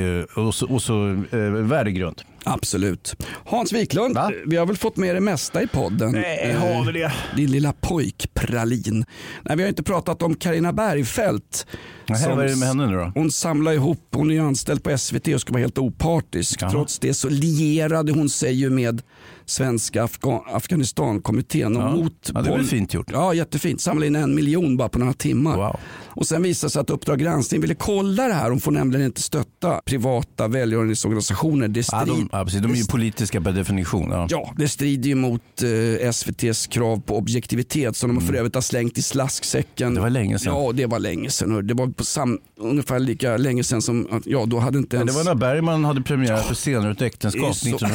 så värdegrund. Absolut. Hans Wiklund, vi har väl fått med det mesta i podden. Nej, har vi det? Din lilla pojkpralin. Nej, vi har inte pratat om Carina Bergfeldt. Vad är det med henne nu då? Hon samlar ihop, hon är ju anställd på SVT och ska vara helt opartisk. Jaha. Trots det så lierade hon sig ju med Svenska Afghanistan-kommittén. Ja, det var fint gjort. Ja, jättefint. Samla in 1 miljon bara på några timmar. Wow. Och sen visade sig att Uppdrag granskning ville kolla det här. Hon får nämligen inte stötta privata välgörenhetsorganisationer. De är ju politiska per definition. Ja, det strider ju mot SVT:s krav på objektivitet som de för övrigt har slängt i slasksäcken. Det var länge sedan. Ja, det var länge sedan. Det var på ungefär lika länge sedan som, då hade inte ens... Det var när Bergman hade premiär för Scener ett äktenskap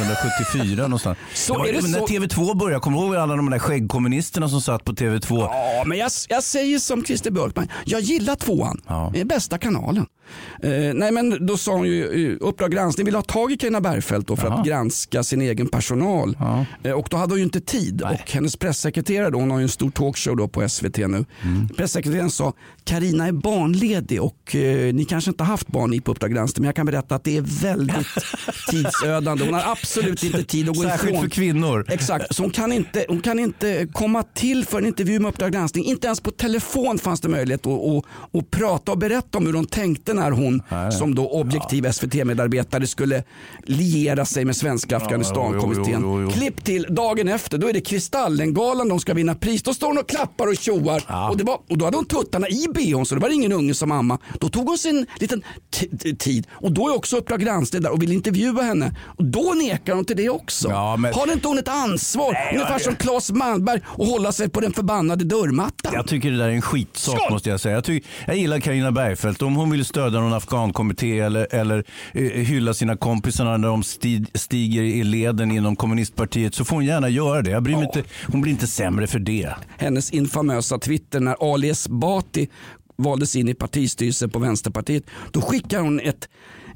1974 någonstans. När TV2 började, kommer du ihåg alla de där skäggkommunisterna som satt på TV2? Ja, men jag säger som Christer Björkman, jag gillar 2:an. Ja. Det är bästa kanalen. Nej, men då sa hon ju Uppdrag granskning vill ha tag i Carina Bergfeldt då för att granska sin egen personal. Och då hade hon ju inte tid. Nej. Och hennes pressekreterare då, hon har ju en stor talkshow då på SVT nu. Pressekreteraren sa, Carina är barnledig och ni kanske inte haft barn i på Uppdrag granskning, men jag kan berätta att det är väldigt tidsödande. Hon har absolut inte tid att gå ifrån. Särskilt för kvinnor. Exakt, så hon kan inte komma till för en intervju med Uppdrag granskning. Inte ens på telefon fanns det möjlighet att prata och berätta om hur de tänkte när hon som då objektiv SVT-medarbetare skulle liera sig med Svenska Afghanistan-kommittén. Klipp till dagen efter, då är det Kristallengalan, de ska vinna pris. Då står hon och klappar och tjoar. Och då hade hon tuttarna i bhn, så det var ingen unge som mamma. Då tog hon sin liten tid. Och då är också Uppdrag granskning där och vill intervjua henne. Och då nekar hon till det också. Har inte hon ett ansvar? Ungefär som Claes Malmberg och hålla sig på den förbannade dörrmattan. Jag tycker det där är en skitsak, måste jag säga. Jag gillar Carina Bergfeldt. Om hon vill stödja någon afghankommitté eller hylla sina kompisar när de stiger i leden inom kommunistpartiet, så får hon gärna göra det. Jag bryr mig inte, hon blir inte sämre för det. Hennes infamösa Twitter när Ali Esbati valdes in i partistyrelsen på Vänsterpartiet, då skickar hon ett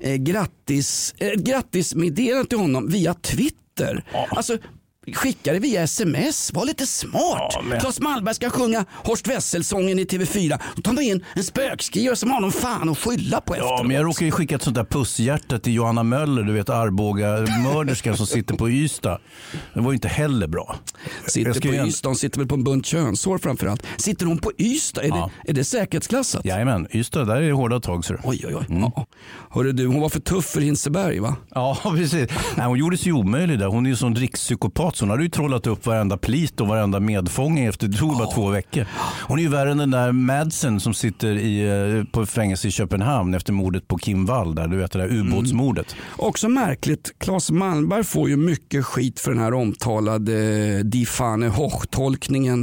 grattismeddelande till honom via Twitter. Alltså, skicka det via sms, var lite smart. Claes Malmberg ska sjunga Horst Wessel-sången i TV4. Då tar man in en spökskrivare som har någon fan att skylla på efteråt. Men jag råkar ju skicka ett sånt där pusshjärta till Johanna Möller, du vet Arboga-mörderskan som sitter på Ystad. Det var ju inte heller bra. Ystad, hon sitter väl på en bunt könshår framförallt. Sitter hon på Ystad? Är det säkerhetsklassat? Jajamän, Ystad, där är det hårda tag. Så. Oj. Ja. Hörru du, hon var för tuff för Hinseberg, va? Ja, precis. Nej, hon gjorde sig omöjlig där. Hon är ju sån rikspsykopat. Så hon hade ju trollat upp varenda plit och varenda medfånge efter bara 2 veckor. Hon är ju värre än den där Madsen som sitter på fängelse i Köpenhamn efter mordet på Kim Wall där, du vet det där ubåtsmordet. Också märkligt, Claes Malmberg får ju mycket skit för den här omtalade Die Fahne Hoch-tolkningen.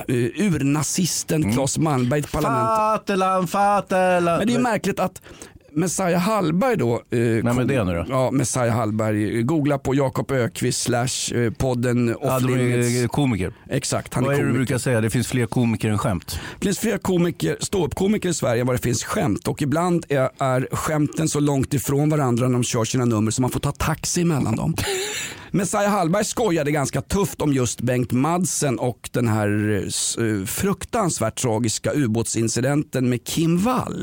Urnazisten Claes Malmberg i parlamentet. Vaterland. Men det är ju märkligt att Messiah Hallberg då. Vem är det nu då? Ja, Messiah Hallberg. Googla på Jakob Ökvist / podden Off Limits. De är komiker. Exakt, han är komiker. Vad är det du brukar säga? Det finns fler komiker än skämt. Det finns fler ståuppkomiker i Sverige än vad det finns skämt. Och ibland är skämten så långt ifrån varandra när de kör sina nummer så man får ta taxi mellan dem. Messiah Hallberg skojade ganska tufft om just Bengt Madsen och den här fruktansvärt tragiska ubåtsincidenten med Kim Wall.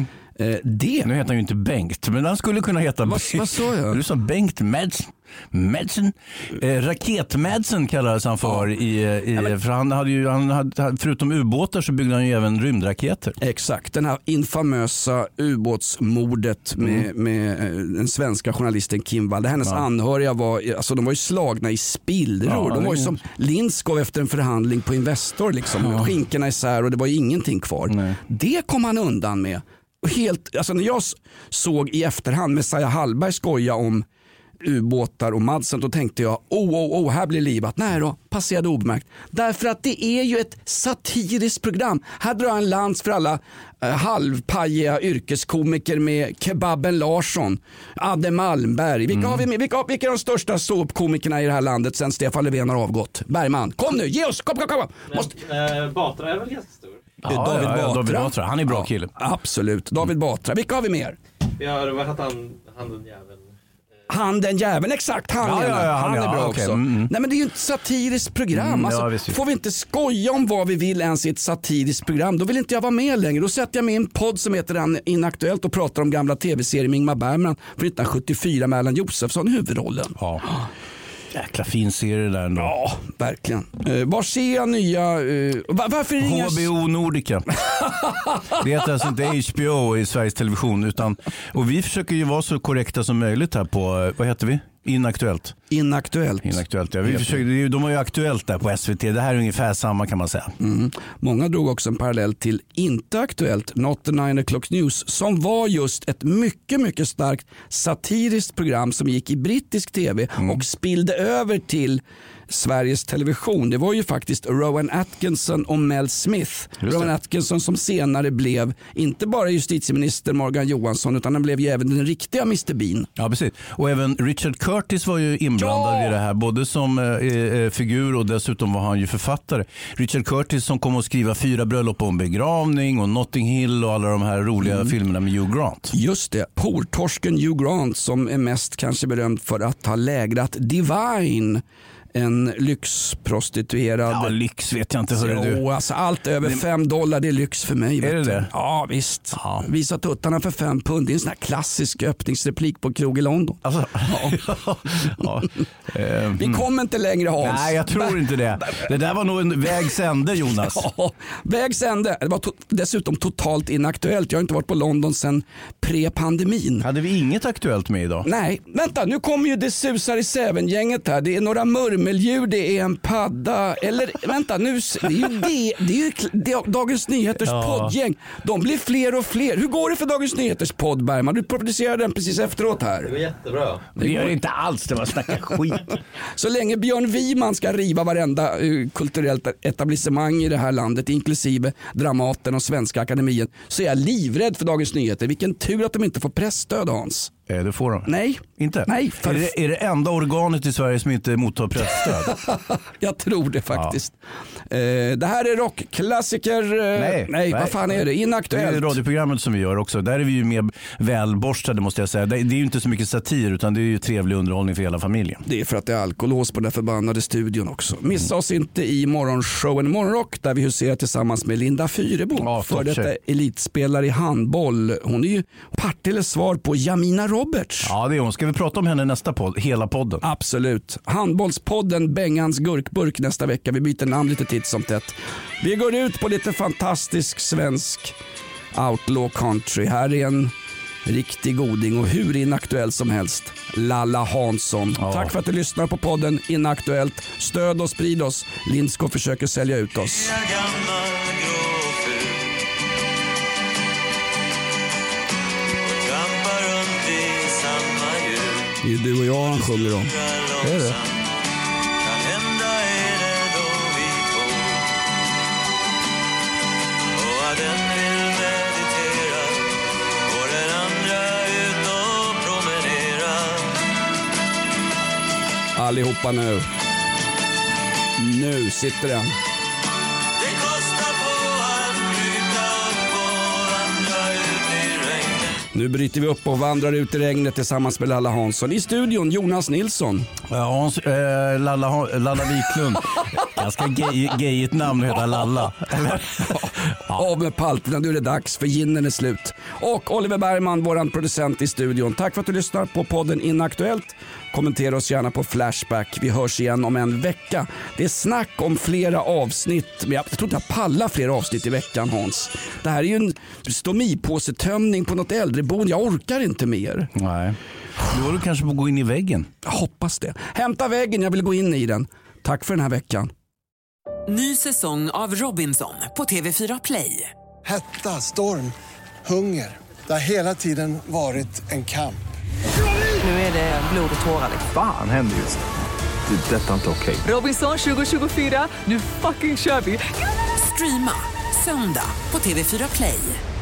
Nu heter han ju inte Bengt, men han skulle kunna heta Bengt. Vad sa jag? Du sa Bengt Madsen. Raket-Madsen kallades han för. För han hade förutom ubåtar så byggde han ju även rymdraketer. Exakt, den här infamösa ubåtsmordet med den svenska journalisten Kim Wall. Hennes anhöriga de var ju slagna i spillror. De var ju som Lindskov efter en förhandling på Investor liksom. Skinkorna isär och det var ju ingenting kvar. Nej. Det kom han undan med. När jag såg i efterhand Messiah Hallberg skoja om ubåtar och Madsen, då tänkte jag här blir livat. Nej då, passerade obemärkt. Därför att det är ju ett satiriskt program. Här drar en lans för alla halvpajiga yrkeskomiker med Kebaben Larsson, Adde Malmberg. Vilka har vi med? Vilka är de största såpkomikerna i det här landet sen Stefan Löfven har avgått? Bergman, kom nu, ge oss, kom. Batra är väl ganska stor? David Batra, han är bra kille. Absolut, David Batra. Vilka har vi mer? Vi har, vad heter han den jäveln? Han jäveln, exakt. Han är bra också. Nej, men det är ju ett satiriskt program. Får vi inte skoja om vad vi vill ens i ett satiriskt program, då vill inte jag vara med längre. Då sätter jag mig i en podd som heter Inaktuellt och pratar om gamla tv-serier med Ingmar Bergman från 1974 med Erland Josephson i huvudrollen. Ja. Jäkla fin serie där ändå. Ja, verkligen. Var ser jag nya... varför är det HBO Nordica. Det heter alltså inte HBO i Sveriges Television. Och vi försöker ju vara så korrekta som möjligt här på... Vad heter vi? Inaktuellt. Inaktuellt, ja. Vi försöker, de var ju aktuellt där på SVT. Det här är ungefär samma kan man säga. Många drog också en parallell till Inte Aktuellt, Not the 9 o'clock News, som var just ett mycket, mycket starkt satiriskt program som gick i brittisk tv och spillde över till Sveriges Television. Det var ju faktiskt Rowan Atkinson och Mel Smith. Rowan Atkinson som senare blev inte bara justitieminister Morgan Johansson, utan han blev ju även den riktiga Mr. Bean. Ja, precis. Och även Richard Curtis var ju inblandad i det här, både som figur och dessutom var han ju författare. Richard Curtis som kom att skriva 4 bröllop och en begravning och Notting Hill och alla de här roliga filmerna med Hugh Grant. Just det, portorsken Hugh Grant som är mest kanske berömd för att ha lägrat Divine, en lyxprostituerad. Ja, lyx vet jag inte. Du. Alltså allt över $5, det är lyx för mig. Är det? Ja, visst. Ja. Visa tuttarna för 5 pund. Det är en sån här klassisk öppningsreplik på krog i London. Alltså, Vi kommer inte längre, Hans. Nej, jag tror inte det. Det där var nog en vägs ände, Jonas. Ja, vägs ände. Det var dessutom totalt inaktuellt. Jag har inte varit på London sedan pre-pandemin. Hade vi inget aktuellt med idag? Nej, vänta. Nu kommer ju det susar i Säven-gänget här. Det är några murmeldjur, det är en padda. Eller vänta, nu, det är ju Dagens Nyheters poddgäng. De blir fler och fler. Hur går det för Dagens Nyheters podd, Bergman? Du producerade den precis efteråt här. Det var jättebra. Det gör inte alls, det var snacka skit. Så länge Björn Wiman ska riva varenda kulturellt etablissemang i det här landet, inklusive Dramaten och Svenska Akademien, så är jag livrädd för Dagens Nyheter. Vilken tur att de inte får pressstöd, Hans. Det får de. Nej. Inte? Nej. Är det enda organet i Sverige som inte mottar pressstöd? Jag tror det faktiskt. Det här är rockklassiker. Nej, vad fan är det? Inaktuellt. Det är radioprogrammet som vi gör också. Där är vi ju mer välborstade, måste jag säga. Det är ju inte så mycket satir, utan det är ju trevlig underhållning för hela familjen. Det är för att det är alkolås på den förbannade studion också. Missa oss inte i morgonshowen Morgonrock, där vi huserar tillsammans med Linda Fyrebo, för detta elitspelare i handboll. Hon är ju Partilles svar på Jamina Roberts. Ja, det är hon. Ska vi prata om henne nästa podd, hela podden? Absolut. Handbollspodden Bengans gurkburk nästa vecka. Vi byter namn lite titt som tätt. Vi går ut på lite fantastisk svensk outlaw country. Här är en riktig goding och hur inaktuell som helst. Lalla Hansson. Ja. Tack för att du lyssnar på podden Inaktuellt. Stöd och sprid oss. Lindskov försöker sälja ut oss. Det är ju du och jag han sjunger om. Det är det. Och den vill meditera och den andra allihopa nu. Nu sitter den. Nu bryter vi upp och vandrar ut i regnet tillsammans med Lalla Hansson. I studion Jonas Nilsson. Hans, Lalla Wiklund. Ganska gayigt namn heter Lalla. Av med palterna, nu är det dags för ginnen är slut. Och Oliver Bergman, våran producent i studion. Tack för att du lyssnar på podden Inaktuellt. Kommentera oss gärna på Flashback. Vi hörs igen om en vecka. Det är snack om flera avsnitt. Men jag tror inte jag pallar flera avsnitt i veckan, Hans. Det här är ju en stomipåsetömning på något äldreboende. Jag orkar inte mer. Nej. Då är du kanske på gå in i väggen. Jag hoppas det. Hämta väggen, jag vill gå in i den. Tack för den här veckan. Ny säsong av Robinson på TV4 Play. Hetta, storm, hunger. Det har hela tiden varit en kamp. Nu är det blod och tårar. Fan händer just det. Det är detta inte okej. Robinson 2024, nu fucking kör vi. Streama söndag på TV4 Play.